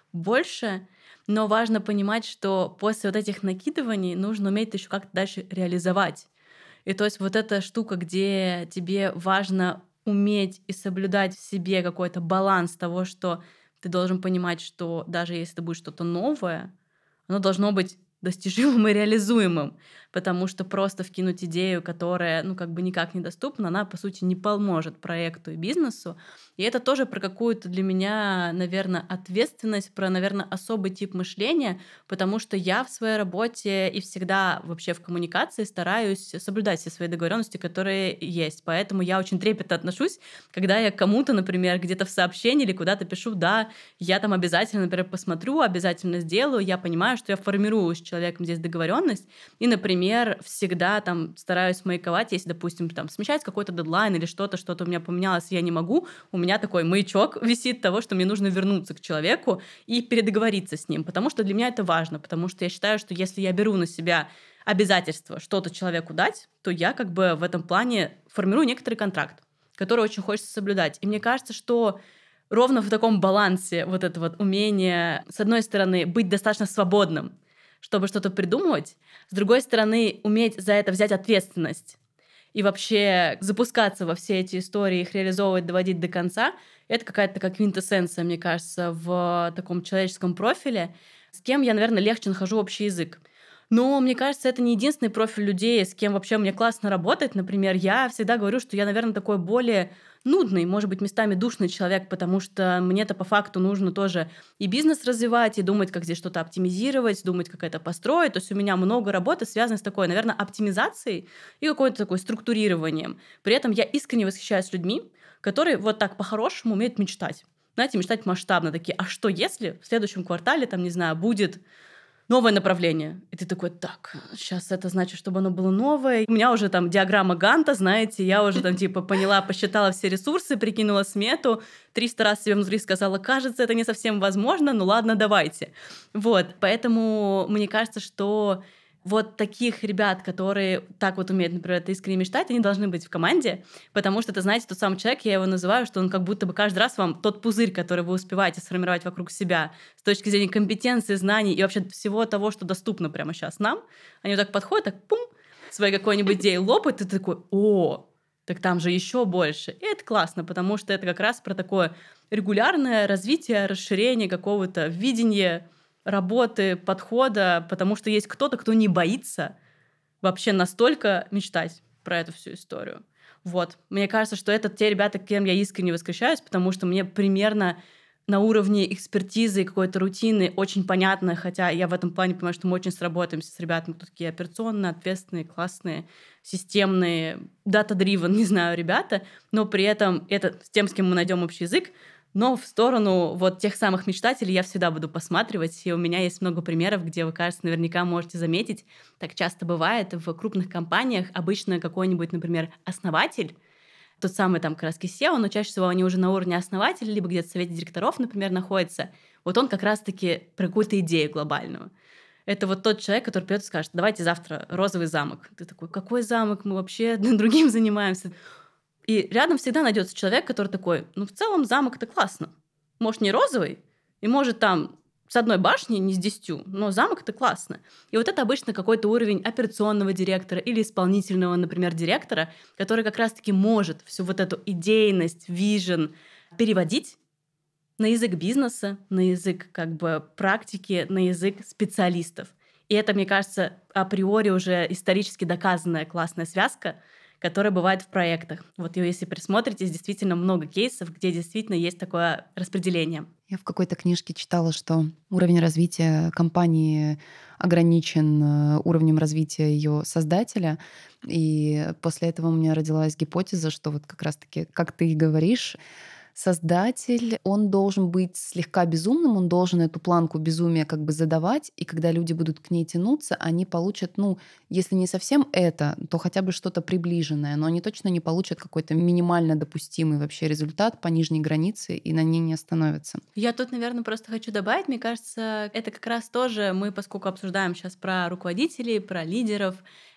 больше, но важно понимать, что после вот этих накидываний нужно уметь еще как-то дальше реализовать. И то есть вот эта штука, где тебе важно уметь и соблюдать в себе какой-то баланс того, что ты должен понимать, что даже если это будет что-то новое, оно должно быть достижимым и реализуемым, потому что просто вкинуть идею, которая, ну, как бы никак недоступна, она, по сути, не поможет проекту и бизнесу. И это тоже про какую-то для меня, наверное, ответственность, про, наверное, особый тип мышления, потому что я в своей работе и всегда вообще в коммуникации стараюсь соблюдать все свои договоренности, которые есть. Поэтому я очень трепетно отношусь, когда я кому-то, например, где-то в сообщении или куда-то пишу, да, я там обязательно, например, посмотрю, обязательно сделаю, я понимаю, что я формирую с человеком здесь договоренность, и, например, всегда там стараюсь маяковать, если, допустим, там смещать какой-то дедлайн или что-то у меня поменялось, я не могу, у меня такой маячок висит того, что мне нужно вернуться к человеку и передоговориться с ним, потому что для меня это важно, потому что я считаю, что если я беру на себя обязательство что-то человеку дать, то я как бы в этом плане формирую некоторый контракт, который очень хочется соблюдать. И мне кажется, что ровно в таком балансе вот это вот умение, с одной стороны, быть достаточно свободным, чтобы что-то придумывать, с другой стороны, уметь за это взять ответственность и вообще запускаться во все эти истории, их реализовывать, доводить до конца, это какая-то такая квинтэссенция, мне кажется, в таком человеческом профиле, с кем я, наверное, легче нахожу общий язык. Но мне кажется, это не единственный профиль людей, с кем вообще мне классно работать. Например, я всегда говорю, что я, наверное, такой более нудный, может быть, местами душный человек, потому что мне-то по факту нужно тоже и бизнес развивать, и думать, как здесь что-то оптимизировать, думать, как это построить. То есть у меня много работы связано с такой, наверное, оптимизацией и какой-то такой структурированием. При этом я искренне восхищаюсь людьми, которые вот так по-хорошему умеют мечтать. Знаете, мечтать масштабно. Такие, а что если в следующем квартале, там, не знаю, будет новое направление. И ты такой, так, сейчас это значит, чтобы оно было новое. У меня уже там диаграмма Ганта, знаете, я уже там типа поняла, посчитала все ресурсы, прикинула смету, 300 раз себе внутри сказала, кажется, это не совсем возможно, ну ладно, давайте. Вот, поэтому мне кажется, что вот таких ребят, которые так вот умеют, например, это искренне мечтать, они должны быть в команде, потому что это, знаете, тот самый человек, я его называю, что он как будто бы каждый раз вам тот пузырь, который вы успеваете сформировать вокруг себя с точки зрения компетенции, знаний и вообще всего того, что доступно прямо сейчас нам, они вот так подходят, так пум, своей какой-нибудь идеей лопают, и ты такой, о, так там же еще больше. И это классно, потому что это как раз про такое регулярное развитие, расширение какого-то видения, работы, подхода, потому что есть кто-то, кто не боится вообще настолько мечтать про эту всю историю. Вот. Мне кажется, что это те ребята, кем я искренне восхищаюсь, потому что мне примерно на уровне экспертизы и какой-то рутины очень понятно, хотя я в этом плане понимаю, что мы очень сработаемся с ребятами, кто такие операционные, ответственные, классные, системные, data-driven, не знаю, ребята, но при этом это с тем, с кем мы найдем общий язык, но в сторону вот тех самых мечтателей я всегда буду посматривать, и у меня есть много примеров, где вы, кажется, наверняка можете заметить, так часто бывает в крупных компаниях, обычно какой-нибудь, например, основатель, тот самый там краски SEO, но чаще всего они уже на уровне основателя, либо где-то в совете директоров, например, находятся. Вот он как раз-таки про какую-то идею глобальную. Это вот тот человек, который придет и скажет, давайте завтра розовый замок. Ты такой, какой замок? Мы вообще другим занимаемся. И рядом всегда найдется человек, который такой, ну, в целом замок это классно. Может, не розовый, и может там с одной башни, не с 10, но замок это классно. И вот это обычно какой-то уровень операционного директора или исполнительного, например, директора, который как раз-таки может всю вот эту идейность, вижен переводить на язык бизнеса, на язык как бы практики, на язык специалистов. И это, мне кажется, априори уже исторически доказанная классная связка, которая бывает в проектах. Вот и если присмотритесь, действительно много кейсов, где действительно есть такое распределение. Я в какой-то книжке читала, что уровень развития компании ограничен уровнем развития ее создателя. И после этого у меня родилась гипотеза, что вот как раз-таки, как ты и говоришь, создатель, он должен быть слегка безумным, он должен эту планку безумия как бы задавать, и когда люди будут к ней тянуться, они получат, ну, если не совсем это, то хотя бы что-то приближенное, но они точно не получат какой-то минимально допустимый вообще результат по нижней границе и на ней не остановятся. Я тут, наверное, просто хочу добавить, мне кажется, это как раз тоже мы, поскольку обсуждаем сейчас про руководителей, про лидеров,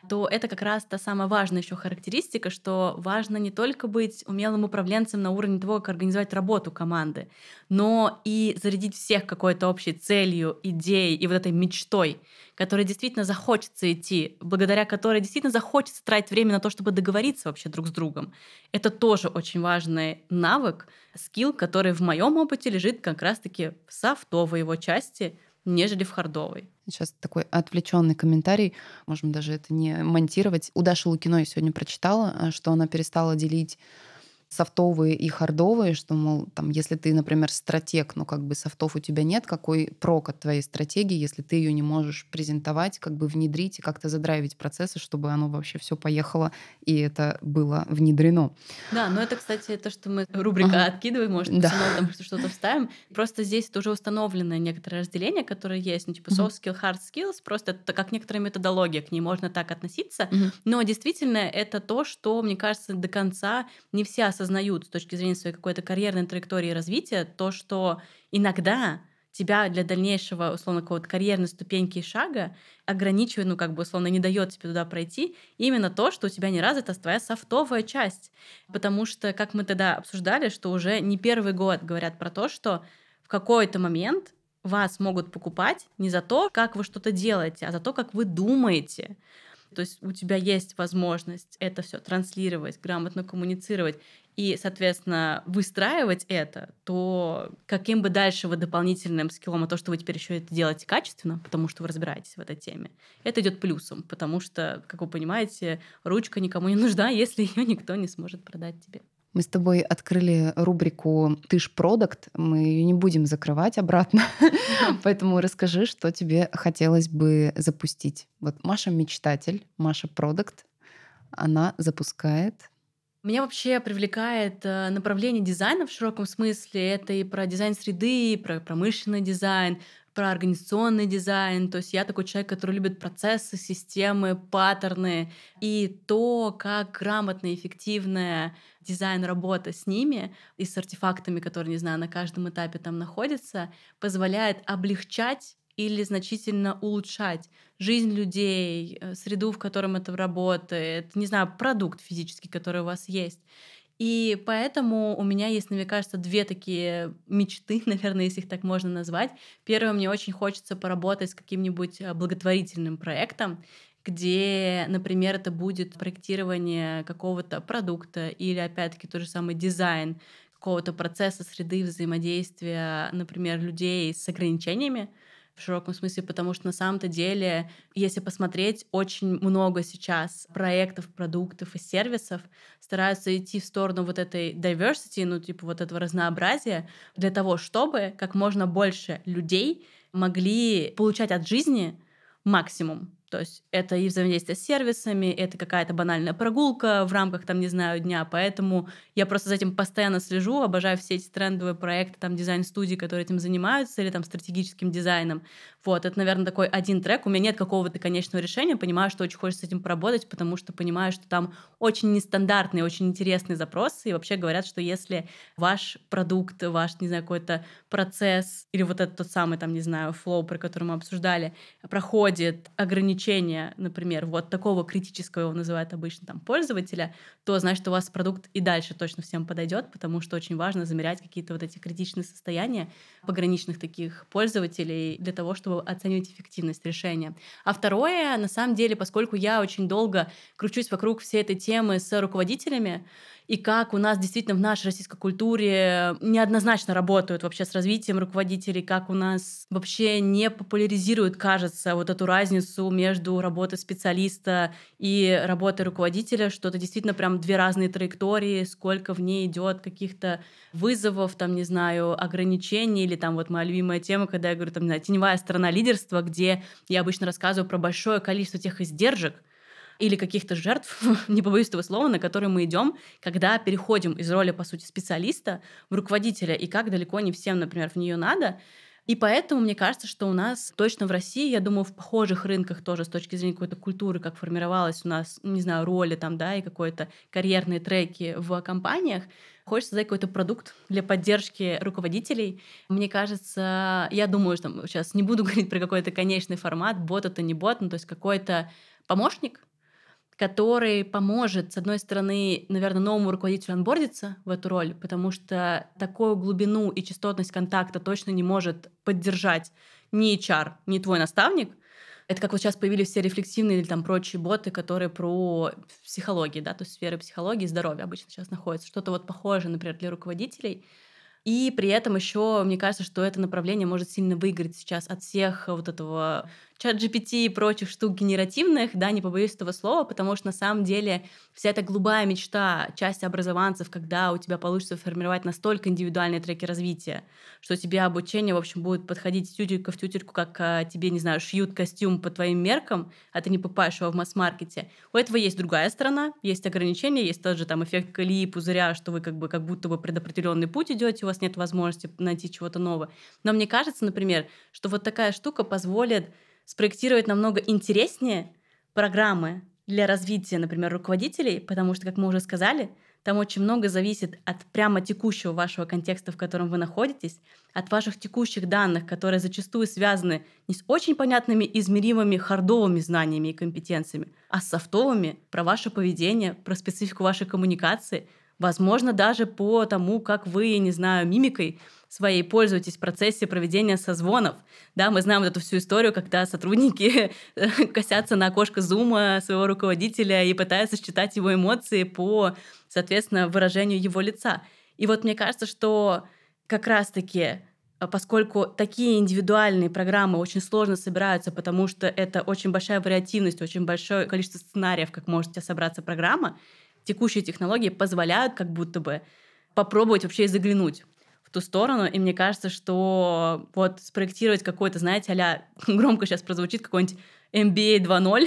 то это как раз та самая важная еще характеристика, что важно не только быть умелым управленцем на уровне того, как организовать работу команды, но и зарядить всех какой-то общей целью, идеей и вот этой мечтой, которой действительно захочется идти, благодаря которой действительно захочется тратить время на то, чтобы договориться вообще друг с другом. Это тоже очень важный навык, скилл, который в моем опыте лежит как раз-таки в софтовой его части, нежели в хардовой. Сейчас такой отвлеченный комментарий, можем даже это не монтировать. У Даши Лукиной я сегодня прочитала, что она перестала делить софтовые и хардовые, что, мол, там, если ты, например, стратег, но как бы софтов у тебя нет, какой прок от твоей стратегии, если ты ее не можешь презентовать, как бы внедрить и как-то задрайвить процессы, чтобы оно вообще все поехало и это было внедрено. Да, но это, кстати, то, что мы рубрика Ага. «Откидывай», может, мы Да. всё равно там что-то вставим. Просто здесь это уже установленное некоторое разделение, которое есть, ну, типа Мгм. soft skill, hard skills, просто это как некоторая методология, к ней можно так относиться. Мгм. Но действительно это то, что, мне кажется, до конца не все осознают с точки зрения своей какой-то карьерной траектории развития, то, что иногда тебя для дальнейшего, условно, какого-то карьерной ступеньки и шага ограничивает, ну, как бы, условно, не дает тебе туда пройти именно то, что у тебя не развита твоя софтовая часть. Потому что, как мы тогда обсуждали, что уже не первый год говорят про то, что в какой-то момент вас могут покупать не за то, как вы что-то делаете, а за то, как вы думаете. То есть у тебя есть возможность это все транслировать, грамотно коммуницировать и, соответственно, выстраивать это, то каким бы дальше вы дополнительным скиллом, а то, что вы теперь еще это делаете качественно, потому что вы разбираетесь в этой теме, это идет плюсом, потому что, как вы понимаете, ручка никому не нужна, если ее никто не сможет продать тебе. Мы с тобой открыли рубрику «Ты ж продакт», мы ее не будем закрывать обратно, поэтому расскажи, что тебе хотелось бы запустить. Вот Маша мечтатель, Маша продакт, она запускает. Меня вообще привлекает направление дизайна в широком смысле. Это и про дизайн среды, и про промышленный дизайн, про организационный дизайн. То есть я такой человек, который любит процессы, системы, паттерны. И то, как грамотно и эффективная дизайн-работа с ними и с артефактами, которые, не знаю, на каждом этапе там находятся, позволяет облегчать или значительно улучшать жизнь людей, среду, в котором это работает, не знаю, продукт физический, который у вас есть. И поэтому у меня есть, мне кажется, две такие мечты, наверное, если их так можно назвать. Первое, мне очень хочется поработать с каким-нибудь благотворительным проектом, где, например, это будет проектирование какого-то продукта или, опять-таки, тот же самый дизайн какого-то процесса, среды взаимодействия, например, людей с ограничениями, в широком смысле, потому что на самом-то деле, если посмотреть, очень много сейчас проектов, продуктов и сервисов стараются идти в сторону вот этой diversity, ну, типа вот этого разнообразия, для того, чтобы как можно больше людей могли получать от жизни максимум. То есть это и взаимодействие с сервисами, это какая-то банальная прогулка в рамках, там, не знаю, дня. Поэтому я просто за этим постоянно слежу, обожаю все эти трендовые проекты, там, дизайн-студии, которые этим занимаются, или там стратегическим дизайном. Вот, это, наверное, такой один трек. У меня нет какого-то конечного решения, понимаю, что очень хочется с этим поработать, потому что понимаю, что там очень нестандартные, очень интересные запросы, и вообще говорят, что если ваш продукт, ваш, не знаю, какой-то процесс, или вот этот тот самый, там, не знаю, флоу, про который мы обсуждали, проходит ограничения, например, вот такого критического, его называют обычно там пользователя, то значит, у вас продукт и дальше точно всем подойдет, потому что очень важно замерять какие-то вот эти критичные состояния пограничных таких пользователей для того, чтобы оценивать эффективность решения. А второе, на самом деле, поскольку я очень долго кручусь вокруг всей этой темы с руководителями, и как у нас действительно в нашей российской культуре неоднозначно работают вообще с развитием руководителей, как у нас вообще не популяризируют, кажется, вот эту разницу между работой специалиста и работой руководителя, что это действительно прям две разные траектории, сколько в ней идет каких-то вызовов, там, не знаю, ограничений, или там вот моя любимая тема, когда я говорю, там, не знаю, теневая сторона лидерства, где я обычно рассказываю про большое количество тех издержек, или каких-то жертв, не побоюсь этого слова, на которые мы идем, когда переходим из роли, по сути, специалиста в руководителя, и как далеко не всем, например, в нее надо. И поэтому мне кажется, что у нас точно в России, я думаю, в похожих рынках тоже с точки зрения какой-то культуры, как формировалась у нас, не знаю, роли там, да, и какой-то карьерные треки в компаниях, хочется создать какой-то продукт для поддержки руководителей. Мне кажется, я думаю, что там, сейчас не буду говорить про какой-то конечный формат, бот это не бот, ну, то есть какой-то помощник, который поможет, с одной стороны, наверное, новому руководителю онбордиться в эту роль, потому что такую глубину и частотность контакта точно не может поддержать ни HR, ни твой наставник. Это как вот сейчас появились все рефлексивные или там прочие боты, которые про психологию, да, то есть сферы психологии и здоровья обычно сейчас находятся. Что-то вот похожее, например, для руководителей. И при этом еще, мне кажется, что это направление может сильно выиграть сейчас от всех вот этого чат GPT и прочих штук генеративных, да, не побоюсь этого слова, потому что на самом деле вся эта голубая мечта части образованцев, когда у тебя получится формировать настолько индивидуальные треки развития, что тебе обучение, в общем, будет подходить тютелька в тютельку, как тебе, не знаю, шьют костюм по твоим меркам, а ты не покупаешь его в масс-маркете. У этого есть другая сторона, есть ограничения, есть тот же там эффект колеи, пузыря, что вы как будто бы предопределенный путь идете, у вас нет возможности найти чего-то нового. Но мне кажется, например, что вот такая штука позволит спроектировать намного интереснее программы для развития, например, руководителей, потому что, как мы уже сказали, там очень много зависит от прямо текущего вашего контекста, в котором вы находитесь, от ваших текущих данных, которые зачастую связаны не с очень понятными, измеримыми, хардовыми знаниями и компетенциями, а с софтовыми про ваше поведение, про специфику вашей коммуникации, возможно, даже по тому, как вы, не знаю, мимикой своей пользуетесь в процессе проведения созвонов. Да, мы знаем вот эту всю историю, когда сотрудники косятся на окошко зума своего руководителя и пытаются считать его эмоции по, соответственно, выражению его лица. И вот мне кажется, что как раз-таки, поскольку такие индивидуальные программы очень сложно собираются, потому что это очень большая вариативность, очень большое количество сценариев, как может у тебя собраться программа, текущие технологии позволяют как будто бы попробовать вообще и заглянуть в ту сторону. И мне кажется, что вот спроектировать какой-то, знаете, а-ля, громко сейчас прозвучит, какой-нибудь MBA 2.0,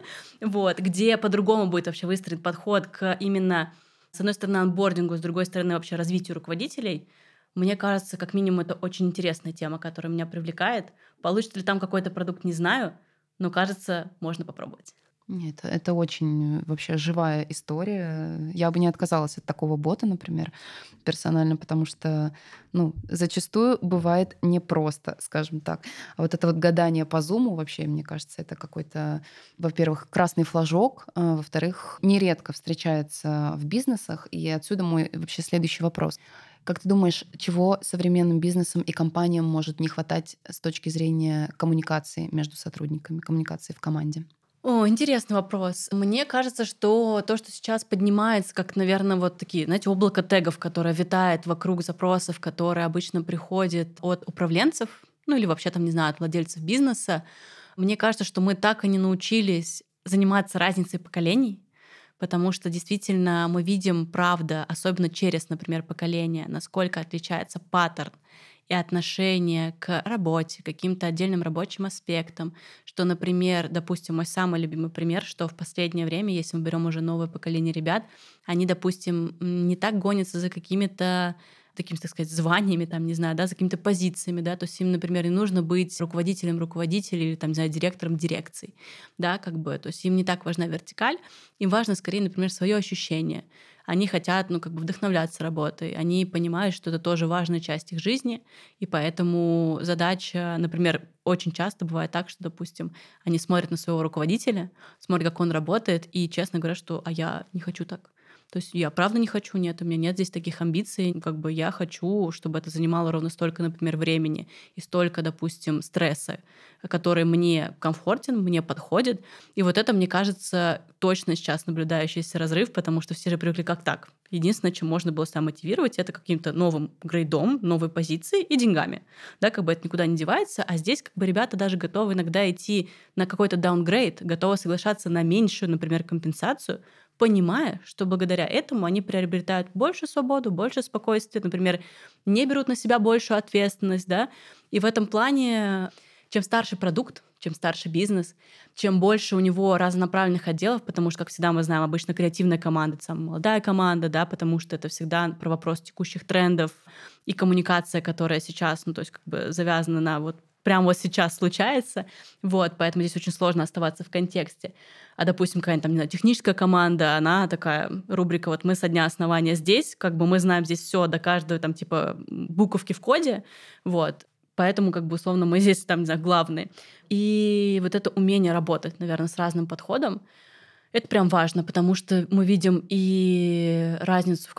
вот, где по-другому будет вообще выстроен подход к именно, с одной стороны, онбордингу, с другой стороны, вообще развитию руководителей. Мне кажется, как минимум, это очень интересная тема, которая меня привлекает. Получится ли там какой-то продукт, не знаю, но, кажется, можно попробовать. Нет, это очень вообще живая история. Я бы не отказалась от такого бота, например, персонально, потому что, ну, зачастую бывает непросто, скажем так. А вот это вот гадание по зуму вообще, мне кажется, это какой-то, во-первых, красный флажок, а во-вторых, нередко встречается в бизнесах. И отсюда мой вообще следующий вопрос. Как ты думаешь, чего современным бизнесам и компаниям может не хватать с точки зрения коммуникации между сотрудниками, коммуникации в команде? О, интересный вопрос. Мне кажется, что то, что сейчас поднимается, как, наверное, вот такие, знаете, облако тегов, которое витает вокруг запросов, которые обычно приходят от управленцев, ну или вообще там, не знаю, от владельцев бизнеса, мне кажется, что мы так и не научились заниматься разницей поколений, потому что действительно мы видим, правда, особенно через, например, поколение, насколько отличается паттерн и отношение к работе, к каким-то отдельным рабочим аспектам, что, например, допустим, мой самый любимый пример, что в последнее время, если мы берем уже новое поколение ребят, они, допустим, не так гонятся за какими-то такими, так сказать, званиями, там, не знаю, да, за какими-то позициями, да, то есть им, например, не нужно быть руководителем руководителя или, там, не знаю, директором дирекции, да, как бы, то есть им не так важна вертикаль, им важно скорее, например, свое ощущение. Они хотят, ну, как бы вдохновляться работой, они понимают, что это тоже важная часть их жизни, и поэтому задача, например, очень часто бывает так, что, допустим, они смотрят на своего руководителя, смотрят, как он работает, и честно говорят, что «а я не хочу так». То есть я правда не хочу, нет, у меня нет здесь таких амбиций, как бы я хочу, чтобы это занимало ровно столько, например, времени и столько, допустим, стресса, который мне комфортен, мне подходит. И вот это, мне кажется, точно сейчас наблюдающийся разрыв, потому что все же привыкли как так. Единственное, чем можно было себя мотивировать, это каким-то новым грейдом, новой позицией и деньгами. Да, как бы это никуда не девается, а здесь как бы ребята даже готовы иногда идти на какой-то даунгрейд, готовы соглашаться на меньшую, например, компенсацию, понимая, что благодаря этому они приобретают больше свободу, больше спокойствия, например, не берут на себя большую ответственность, да, и в этом плане чем старше продукт, чем старше бизнес, чем больше у него разнонаправленных отделов, потому что, как всегда мы знаем, обычно креативная команда — это самая молодая команда, да, потому что это всегда про вопрос текущих трендов и коммуникация, которая сейчас, ну, то есть как бы завязана на вот прямо вот сейчас случается, вот, поэтому здесь очень сложно оставаться в контексте. А, допустим, какая-нибудь там, не знаю, техническая команда, она такая рубрика, вот мы со дня основания здесь, как бы мы знаем здесь все до каждой там типа буковки в коде, вот, поэтому как бы условно мы здесь там, не знаю, главные. И вот это умение работать, наверное, с разным подходом, Это прям важно, потому что мы видим и разницу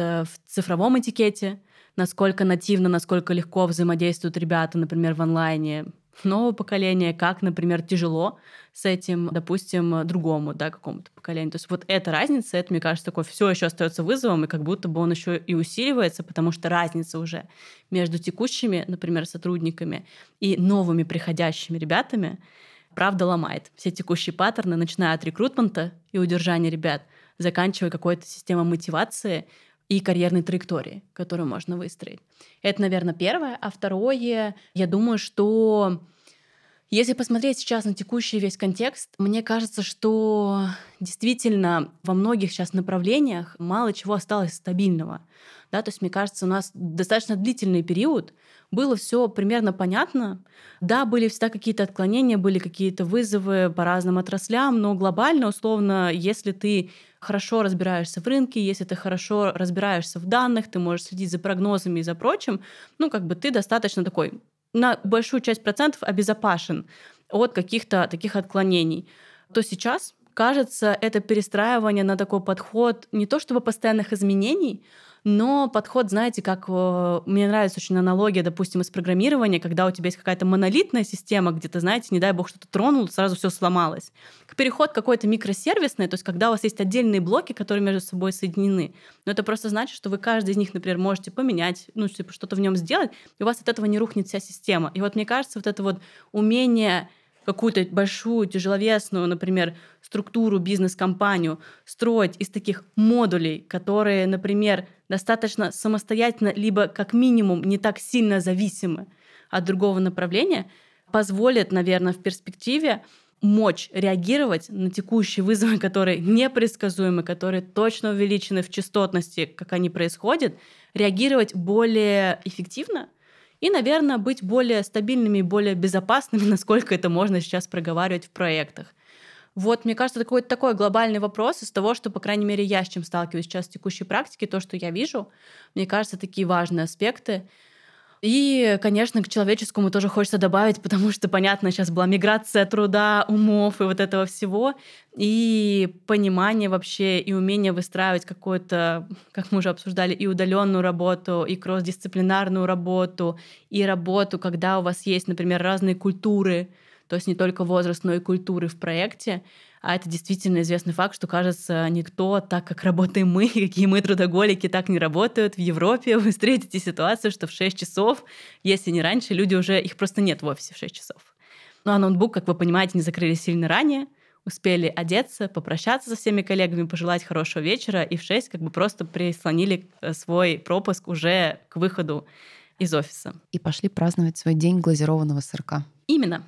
в цифровом этикете, насколько нативно, насколько легко взаимодействуют ребята, например, в онлайне нового поколения, как, например, тяжело с этим, допустим, другому, да, какому-то поколению. То есть вот эта разница, это, мне кажется, такое все еще остается вызовом, и как будто бы он еще и усиливается, потому что разница уже между текущими, например, сотрудниками и новыми приходящими ребятами, правда ломает все текущие паттерны, начиная от рекрутмента и удержания ребят, заканчивая какой-то системой мотивации и карьерной траектории, которую можно выстроить. Это, наверное, первое. А второе, я думаю, что если посмотреть сейчас на текущий весь контекст, мне кажется, что действительно во многих сейчас направлениях мало чего осталось стабильного. Да, то есть, мне кажется, у нас достаточно длительный период, было все примерно понятно. Да, были всегда какие-то отклонения, были какие-то вызовы по разным отраслям, но глобально, условно, если ты хорошо разбираешься в рынке, если ты хорошо разбираешься в данных, ты можешь следить за прогнозами и за прочим, ну, как бы ты достаточно такой на большую часть процентов обезопасен от каких-то таких отклонений, то сейчас, кажется, это перестраивание на такой подход не то чтобы постоянных изменений, но подход, знаете, как мне нравится очень аналогия, допустим, из программирования, когда у тебя есть какая-то монолитная система, где ты, знаете, не дай бог что-то тронул, сразу все сломалось. Переход какой-то микросервисный, то есть когда у вас есть отдельные блоки, которые между собой соединены. Но это просто значит, что вы каждый из них, например, можете поменять, ну, типа что-то в нем сделать, и у вас от этого не рухнет вся система. И вот мне кажется, вот это вот умение какую-то большую, тяжеловесную, например, структуру, бизнес-компанию строить из таких модулей, которые, например, достаточно самостоятельно, либо как минимум не так сильно зависимы от другого направления, позволит, наверное, в перспективе мочь реагировать на текущие вызовы, которые непредсказуемы, которые точно увеличены в частотности, как они происходят, реагировать более эффективно и, наверное, быть более стабильными и более безопасными, насколько это можно сейчас проговаривать в проектах. Вот, мне кажется, это какой-то такой глобальный вопрос из того, что, по крайней мере, я с чем сталкиваюсь сейчас в текущей практике, то, что я вижу, мне кажется, такие важные аспекты. И, конечно, к человеческому тоже хочется добавить, потому что, понятно, сейчас была миграция труда, умов и вот этого всего, и понимание вообще, и умение выстраивать какую-то, как мы уже обсуждали, и удаленную работу, и кросс-дисциплинарную работу, и работу, когда у вас есть, например, разные культуры, то есть не только возраст, но и культуры в проекте. А это действительно известный факт, что, кажется, никто так, как работаем мы, какие мы трудоголики, так не работают. В Европе вы встретите ситуацию, что в 6 часов, если не раньше, люди уже, их просто нет в офисе в 6 часов. Ну а ноутбук, как вы понимаете, не закрыли сильно ранее, успели одеться, попрощаться со всеми коллегами, пожелать хорошего вечера, и в 6 как бы просто прислонили свой пропуск уже к выходу из офиса. И пошли праздновать свой день глазированного сырка. Именно.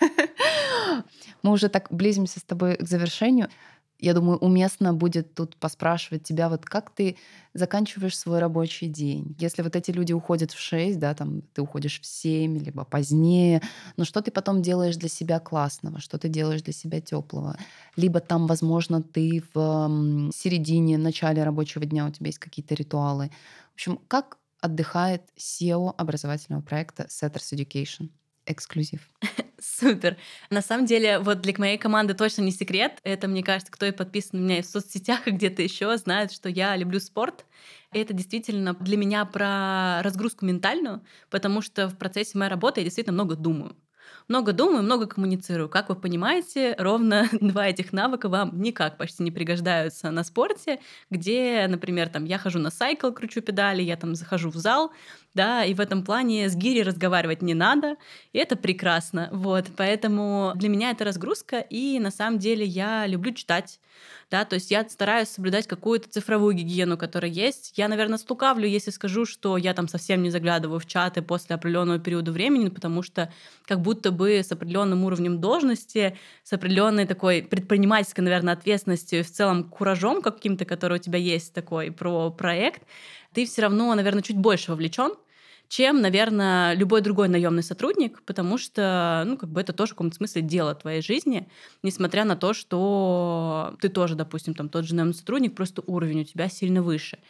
Мы уже так близимся с тобой к завершению. Я думаю, уместно будет тут поспрашивать тебя, вот как ты заканчиваешь свой рабочий день. Если вот эти люди уходят в 6, да, там ты уходишь в 7, либо позднее, но что ты потом делаешь для себя классного, что ты делаешь для себя теплого? Либо там, возможно, ты в середине, начале рабочего дня у тебя есть какие-то ритуалы. В общем, как отдыхает SEO образовательного проекта Setters Education? Эксклюзив. Супер. На самом деле, вот для моей команды точно не секрет. Это, мне кажется, кто и подписан на меня и в соцсетях, и где-то еще, знает, что я люблю спорт. И это действительно для меня про разгрузку ментальную, потому что в процессе моей работы я действительно много думаю. Много думаю, много коммуницирую. Как вы понимаете, ровно два этих навыка вам никак почти не пригождаются на спорте, где, например, там я хожу на сайкл, кручу педали, я там захожу в зал, да, и в этом плане с гири разговаривать не надо, и это прекрасно, вот, поэтому для меня это разгрузка, и на самом деле я люблю читать, да, то есть я стараюсь соблюдать какую-то цифровую гигиену, которая есть. Я, наверное, слукавлю, если скажу, что я там совсем не заглядываю в чаты после определенного периода времени, потому что как будто бы с определенным уровнем должности, с определенной такой предпринимательской, наверное, ответственностью и в целом куражом каким-то, который у тебя есть такой про проект, ты все равно, наверное, чуть больше вовлечен, чем, наверное, любой другой наемный сотрудник, потому что, ну, как бы это тоже в каком-то смысле дело твоей жизни, несмотря на то, что ты тоже, допустим, там тот же наемный сотрудник, просто уровень у тебя сильно выше.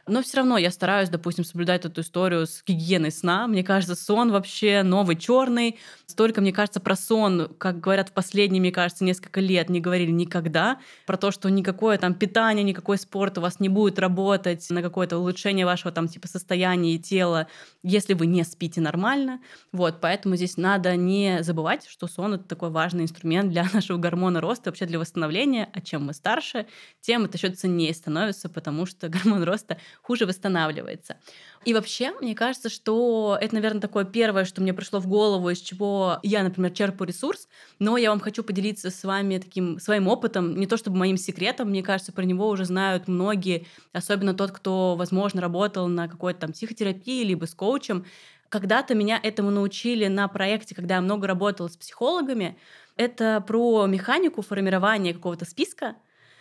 Но все равно я стараюсь, допустим, соблюдать эту историю с гигиеной сна. Мне кажется, сон вообще новый черный. Столько, мне кажется, про сон, как говорят в последние, мне кажется, несколько лет, не говорили никогда. Про то, что никакое там питание, никакой спорт у вас не будет работать на какое-то улучшение вашего там типа состояния и тела, если вы не спите нормально. Вот, поэтому здесь надо не забывать, что сон — это такой важный инструмент для нашего гормона роста, вообще для восстановления. А чем мы старше, тем это еще ценнее становится, потому что гормон роста хуже восстанавливается. И вообще, мне кажется, что это, наверное, такое первое, что мне пришло в голову, из чего я, например, черпаю ресурс, но я вам хочу поделиться с вами таким своим опытом, не то чтобы моим секретом, мне кажется, про него уже знают многие, особенно тот, кто, возможно, работал на какой-то там психотерапии, либо с коучем. Когда-то меня этому научили на проекте, когда я много работала с психологами. Это про механику формирования какого-то списка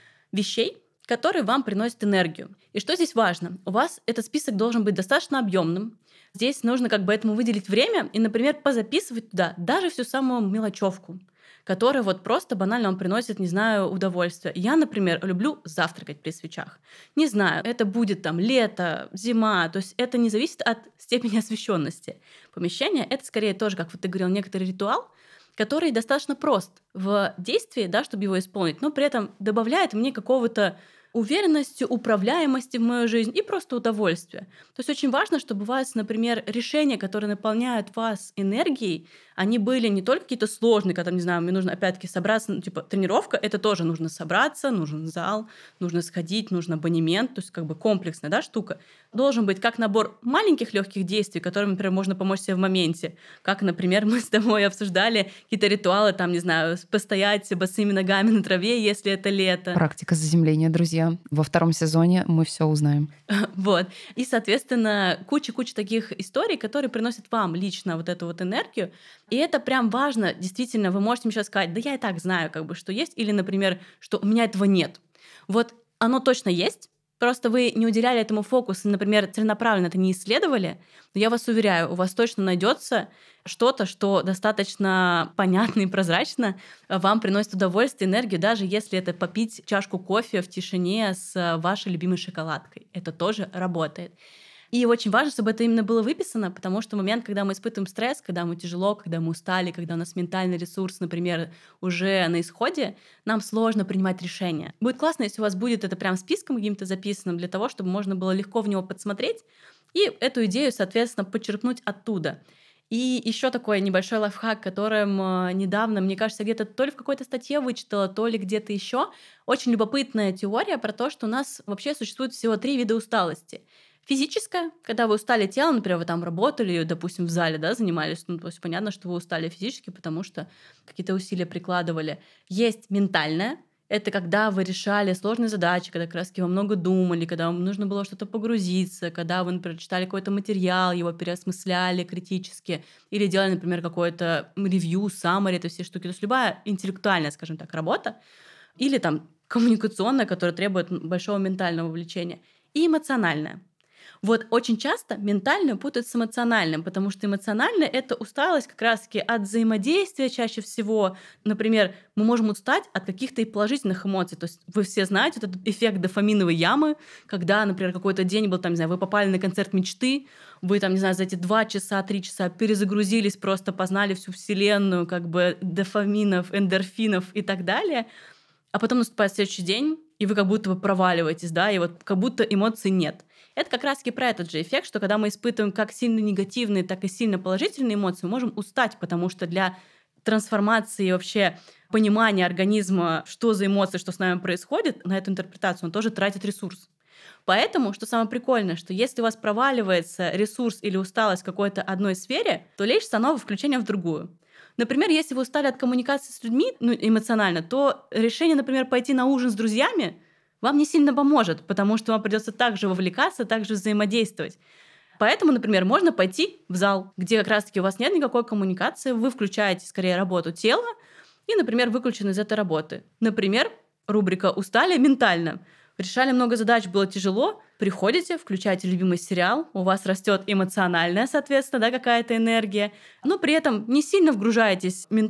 вещей, которые вам приносят энергию. И что здесь важно? У вас этот список должен быть достаточно объемным. Здесь нужно как бы этому выделить время и, например, позаписывать туда даже всю самую мелочевку, которая вот просто банально вам приносит, не знаю, удовольствие. Я, например, люблю завтракать при свечах. Не знаю, это будет там лето, зима, то есть это не зависит от степени освещенности помещения. Это скорее тоже, как вот ты говорил, некоторый ритуал, который достаточно прост в действии, да, чтобы его исполнить, но при этом добавляет мне какого-то уверенности, управляемости в мою жизнь и просто удовольствия. То есть очень важно, чтобы у вас, например, решения, которые наполняют вас энергией, они были не только какие-то сложные, когда, не знаю, мне нужно опять-таки собраться, ну, типа тренировка, это тоже нужно собраться, нужен зал, нужно сходить, нужен абонемент, то есть как бы комплексная, да, штука. Должен быть как набор маленьких легких действий, которыми, например, можно помочь себе в моменте. Как, например, мы с тобой обсуждали какие-то ритуалы, там, не знаю, постоять босыми ногами на траве, если это лето. Практика заземления, друзья. Во 2 сезоне мы все узнаем. Вот. И, соответственно, куча-куча таких историй, которые приносят вам лично вот эту вот энергию. И это прям важно. Действительно, вы можете мне сейчас сказать, да я и так знаю, как бы, что есть. Или, например, что у меня этого нет. Вот оно точно есть. Просто вы не уделяли этому фокус, и, например, целенаправленно это не исследовали, но я вас уверяю, у вас точно найдется что-то, что достаточно понятно и прозрачно вам приносит удовольствие, энергию, даже если это попить чашку кофе в тишине с вашей любимой шоколадкой. Это тоже работает. И очень важно, чтобы это именно было выписано, потому что в момент, когда мы испытываем стресс, когда мы тяжело, когда мы устали, когда у нас ментальный ресурс, например, уже на исходе, нам сложно принимать решения. Будет классно, если у вас будет это прям списком каким-то записанным для того, чтобы можно было легко в него подсмотреть и эту идею, соответственно, подчеркнуть оттуда. И еще такой небольшой лайфхак, которым недавно, мне кажется, где-то то ли в какой-то статье вычитала, то ли где-то еще. Очень любопытная теория про то, что у нас вообще существует всего 3 вида усталости. Физическая, когда вы устали телом, например, вы там работали, допустим, в зале, да, занимались, ну, то есть понятно, что вы устали физически, потому что какие-то усилия прикладывали. Есть ментальная, это когда вы решали сложные задачи, когда как раз вы много думали, когда вам нужно было что-то погрузиться, когда вы, например, читали какой-то материал, его переосмысляли критически, или делали, например, какое-то ревью, summary, это все штуки. То есть любая интеллектуальная, скажем так, работа, или там коммуникационная, которая требует большого ментального вовлечения, и эмоциональная. Вот очень часто ментальную путают с эмоциональным, потому что эмоциональное — это усталость как раз-таки от взаимодействия чаще всего. Например, мы можем устать от каких-то и положительных эмоций. То есть вы все знаете этот эффект дофаминовой ямы, когда, например, какой-то день был, там, не знаю, вы попали на концерт мечты, вы там, не знаю, за эти 2 часа, 3 часа перезагрузились, просто познали всю вселенную, как бы дофаминов, эндорфинов и так далее. А потом наступает следующий день, и вы как будто бы проваливаетесь, да, и вот как будто эмоций нет. Это как раз-таки про этот же эффект, что когда мы испытываем как сильно негативные, так и сильно положительные эмоции, мы можем устать, потому что для трансформации и вообще понимания организма, что за эмоции, что с нами происходит, на эту интерпретацию он тоже тратит ресурс. Поэтому, что самое прикольное, что если у вас проваливается ресурс или усталость в какой-то одной сфере, то лечится новое включение в другую. Например, если вы устали от коммуникации с людьми, ну, эмоционально, то решение, например, пойти на ужин с друзьями вам не сильно поможет, потому что вам придется также вовлекаться, также взаимодействовать. Поэтому, например, можно пойти в зал, где как раз-таки у вас нет никакой коммуникации, вы включаете скорее работу тела и, например, выключены из этой работы. Например, рубрика «Устали ментально». Решали много задач, было тяжело, приходите, включаете любимый сериал, у вас растет эмоциональная, соответственно, да, какая-то энергия, но при этом не сильно вгружаетесь ментально,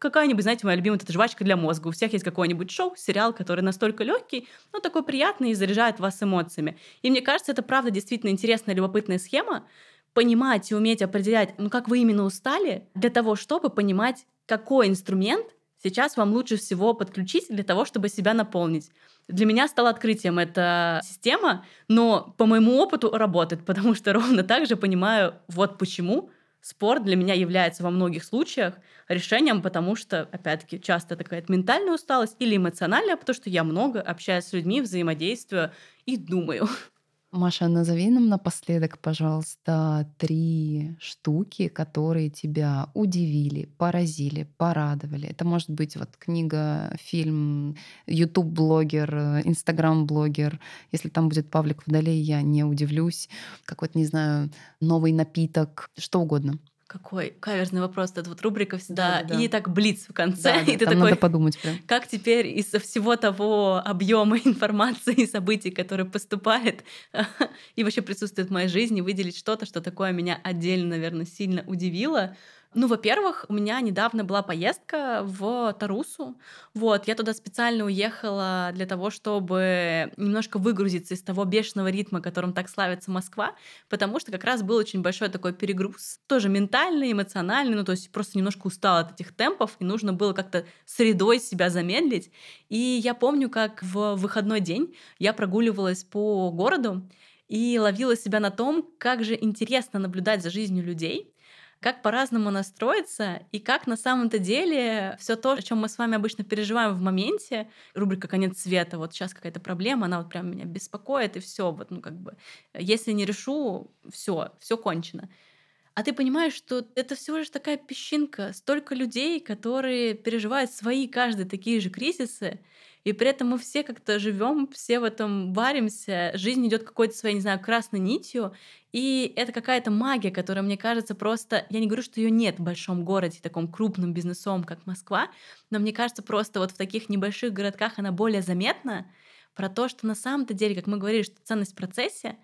какая-нибудь, знаете, моя любимая, это жвачка для мозга. У всех есть какой-нибудь шоу, сериал, который настолько легкий, но такой приятный и заряжает вас эмоциями. И мне кажется, это правда действительно интересная, любопытная схема, понимать и уметь определять, ну, как вы именно устали, для того, чтобы понимать, какой инструмент сейчас вам лучше всего подключить для того, чтобы себя наполнить. Для меня стало открытием эта система, но по моему опыту работает, потому что ровно так же понимаю, вот почему спорт для меня является во многих случаях решением, потому что, опять-таки, часто это какая-то ментальная усталость или эмоциональная, потому что я много общаюсь с людьми, взаимодействую и думаю. Маша, назови нам напоследок, пожалуйста, 3 штуки, которые тебя удивили, поразили, порадовали. Это может быть вот книга, фильм, YouTube-блогер, Instagram-блогер. Если там будет Павлик Водолей, я не удивлюсь. Какой-то, не знаю, новый напиток, что угодно. Какой каверзный вопрос. Это вот рубрика всегда. Да-да-да. И так блиц в конце. Да, И да, ты там надо такой, подумать прям. как теперь из-за всего того объема информации и событий, который поступает и вообще присутствует в моей жизни, выделить что-то, что такое меня отдельно, наверное, сильно удивило. Ну, во-первых, у меня недавно была поездка в Тарусу. Вот, я туда специально уехала для того, чтобы немножко выгрузиться из того бешеного ритма, которым так славится Москва, потому что как раз был очень большой такой перегруз, тоже ментальный, эмоциональный, ну, то есть просто немножко устала от этих темпов, и нужно было как-то средой себя замедлить. И я помню, как в выходной день я прогуливалась по городу и ловила себя на том, как же интересно наблюдать за жизнью людей, как по-разному настроиться и как на самом-то деле все то, о чем мы с вами обычно переживаем в моменте, рубрика «Конец света», вот сейчас какая-то проблема, она вот прям меня беспокоит, и все, вот, ну, как бы, если не решу, все кончено. А ты понимаешь, что это всего лишь такая песчинка, столько людей, которые переживают свои каждый такие же кризисы, и при этом мы все как-то живем, все в этом варимся, жизнь идет какой-то своей, не знаю, красной нитью, и это какая-то магия, которая, мне кажется, просто, я не говорю, что ее нет в большом городе, таком крупном бизнесом, как Москва, но мне кажется, просто вот в таких небольших городках она более заметна, про то, что на самом-то деле, как мы говорили, что ценность в процессе,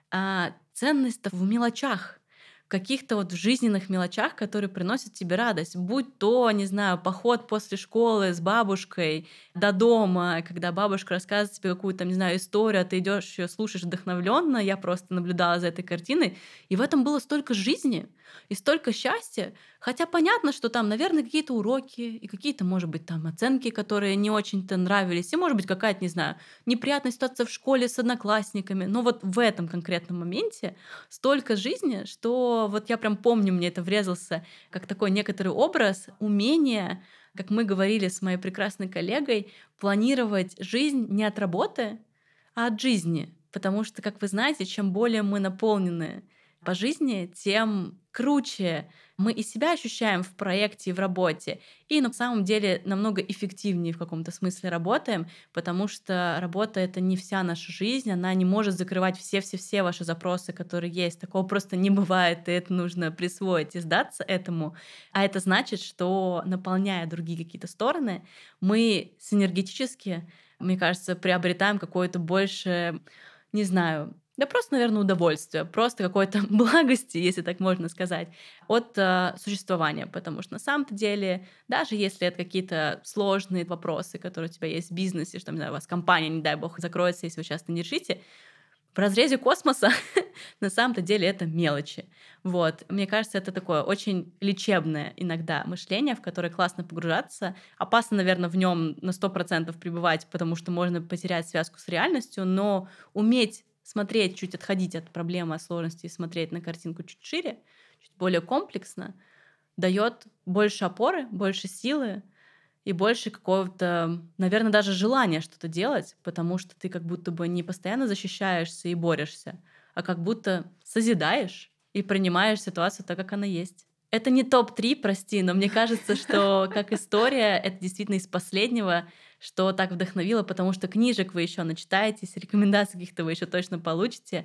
а ценность-то в мелочах, каких-то вот в жизненных мелочах, которые приносят тебе радость. Будь то, не знаю, поход после школы с бабушкой до дома, когда бабушка рассказывает тебе какую-то, не знаю, историю, а ты идешь ее слушаешь вдохновленно. Я просто наблюдала за этой картиной. И в этом было столько жизни и столько счастья. Хотя понятно, что там, наверное, какие-то уроки и какие-то, может быть, там оценки, которые не очень-то нравились. И, может быть, какая-то, не знаю, неприятная ситуация в школе с одноклассниками. Но вот в этом конкретном моменте столько жизни, что вот я прям помню, мне это врезался как такой некоторый образ, умение, как мы говорили с моей прекрасной коллегой, планировать жизнь не от работы, а от жизни. Потому что, как вы знаете, чем более мы наполнены по жизни, тем круче мы и себя ощущаем в проекте и в работе, и на самом деле намного эффективнее в каком-то смысле работаем, потому что работа — это не вся наша жизнь, она не может закрывать все-все-все ваши запросы, которые есть. Такого просто не бывает, и это нужно присвоить и сдаться этому. А это значит, что, наполняя другие какие-то стороны, мы синергетически, мне кажется, приобретаем какое-то больше, не знаю, да просто, наверное, удовольствие, просто какой-то благости, если так можно сказать, от существования. Потому что на самом-то деле, даже если это какие-то сложные вопросы, которые у тебя есть в бизнесе, что, не знаю, у вас компания, не дай бог, закроется, если вы часто не решите, в разрезе космоса на самом-то деле это мелочи. Вот. Мне кажется, это такое очень лечебное иногда мышление, в которое классно погружаться. Опасно, наверное, в нем на 100% пребывать, потому что можно потерять связку с реальностью, но уметь смотреть, чуть отходить от проблемы, от сложности и смотреть на картинку чуть шире, чуть более комплексно, дает больше опоры, больше силы, и больше какого-то, наверное, даже желания что-то делать, потому что ты как будто бы не постоянно защищаешься и борешься, а как будто созидаешь и принимаешь ситуацию так, как она есть. Это не топ-3, прости, но мне кажется, что как история, это действительно из последнего, что так вдохновило, потому что книжек вы еще начитаетесь, рекомендаций каких-то вы еще точно получите.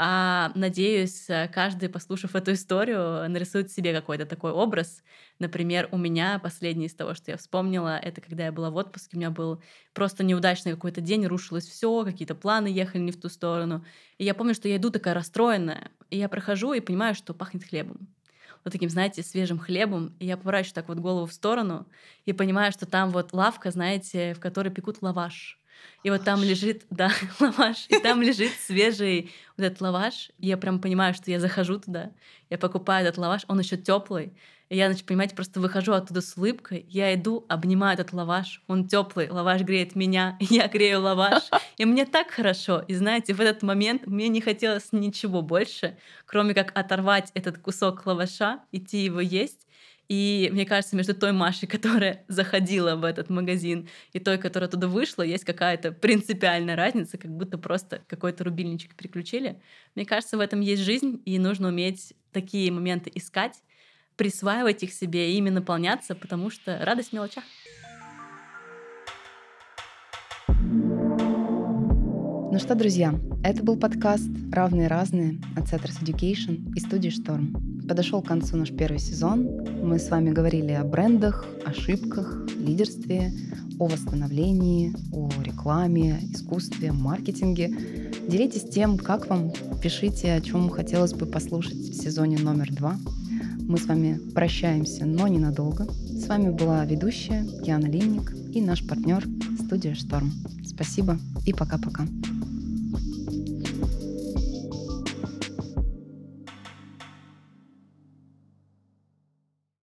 А надеюсь, каждый, послушав эту историю, нарисует себе какой-то такой образ. Например, у меня последнее из того, что я вспомнила, это когда я была в отпуске, у меня был просто неудачный какой-то день, рушилось все, какие-то планы ехали не в ту сторону. И я помню, что я иду такая расстроенная, и я прохожу и понимаю, что пахнет хлебом. вот таким, знаете, свежим хлебом, и я поворачиваю так вот голову в сторону и понимаю, что там вот лавка, знаете, в которой пекут лаваш. И вот там Лаваш. лежит, да, лаваш, и там лежит свежий вот этот лаваш. И я прям понимаю, что я захожу туда, я покупаю этот лаваш, он еще теплый. И я, значит, понимаете, просто выхожу оттуда с улыбкой, я иду, обнимаю этот лаваш, он теплый, лаваш греет меня, я грею лаваш, и мне так хорошо. И знаете, в этот момент мне не хотелось ничего больше, кроме как оторвать этот кусок лаваша, идти его есть. И мне кажется, между той Машей, которая заходила в этот магазин, и той, которая туда вышла, есть какая-то принципиальная разница, как будто просто какой-то рубильничек переключили. Мне кажется, в этом есть жизнь, и нужно уметь такие моменты искать, присваивать их себе и ими наполняться, потому что радость в мелочах. Ну что, друзья, это был подкаст «Равные-разные» от Setters Education и студии «Шторм». Подошел к концу наш первый сезон. Мы с вами говорили о брендах, ошибках, лидерстве, о восстановлении, о рекламе, искусстве, маркетинге. Делитесь тем, как вам, пишите, о чем хотелось бы послушать в сезоне номер 2. Мы с вами прощаемся, но ненадолго. С вами была ведущая Диана Линник и наш партнер студия «Шторм». Спасибо и пока-пока.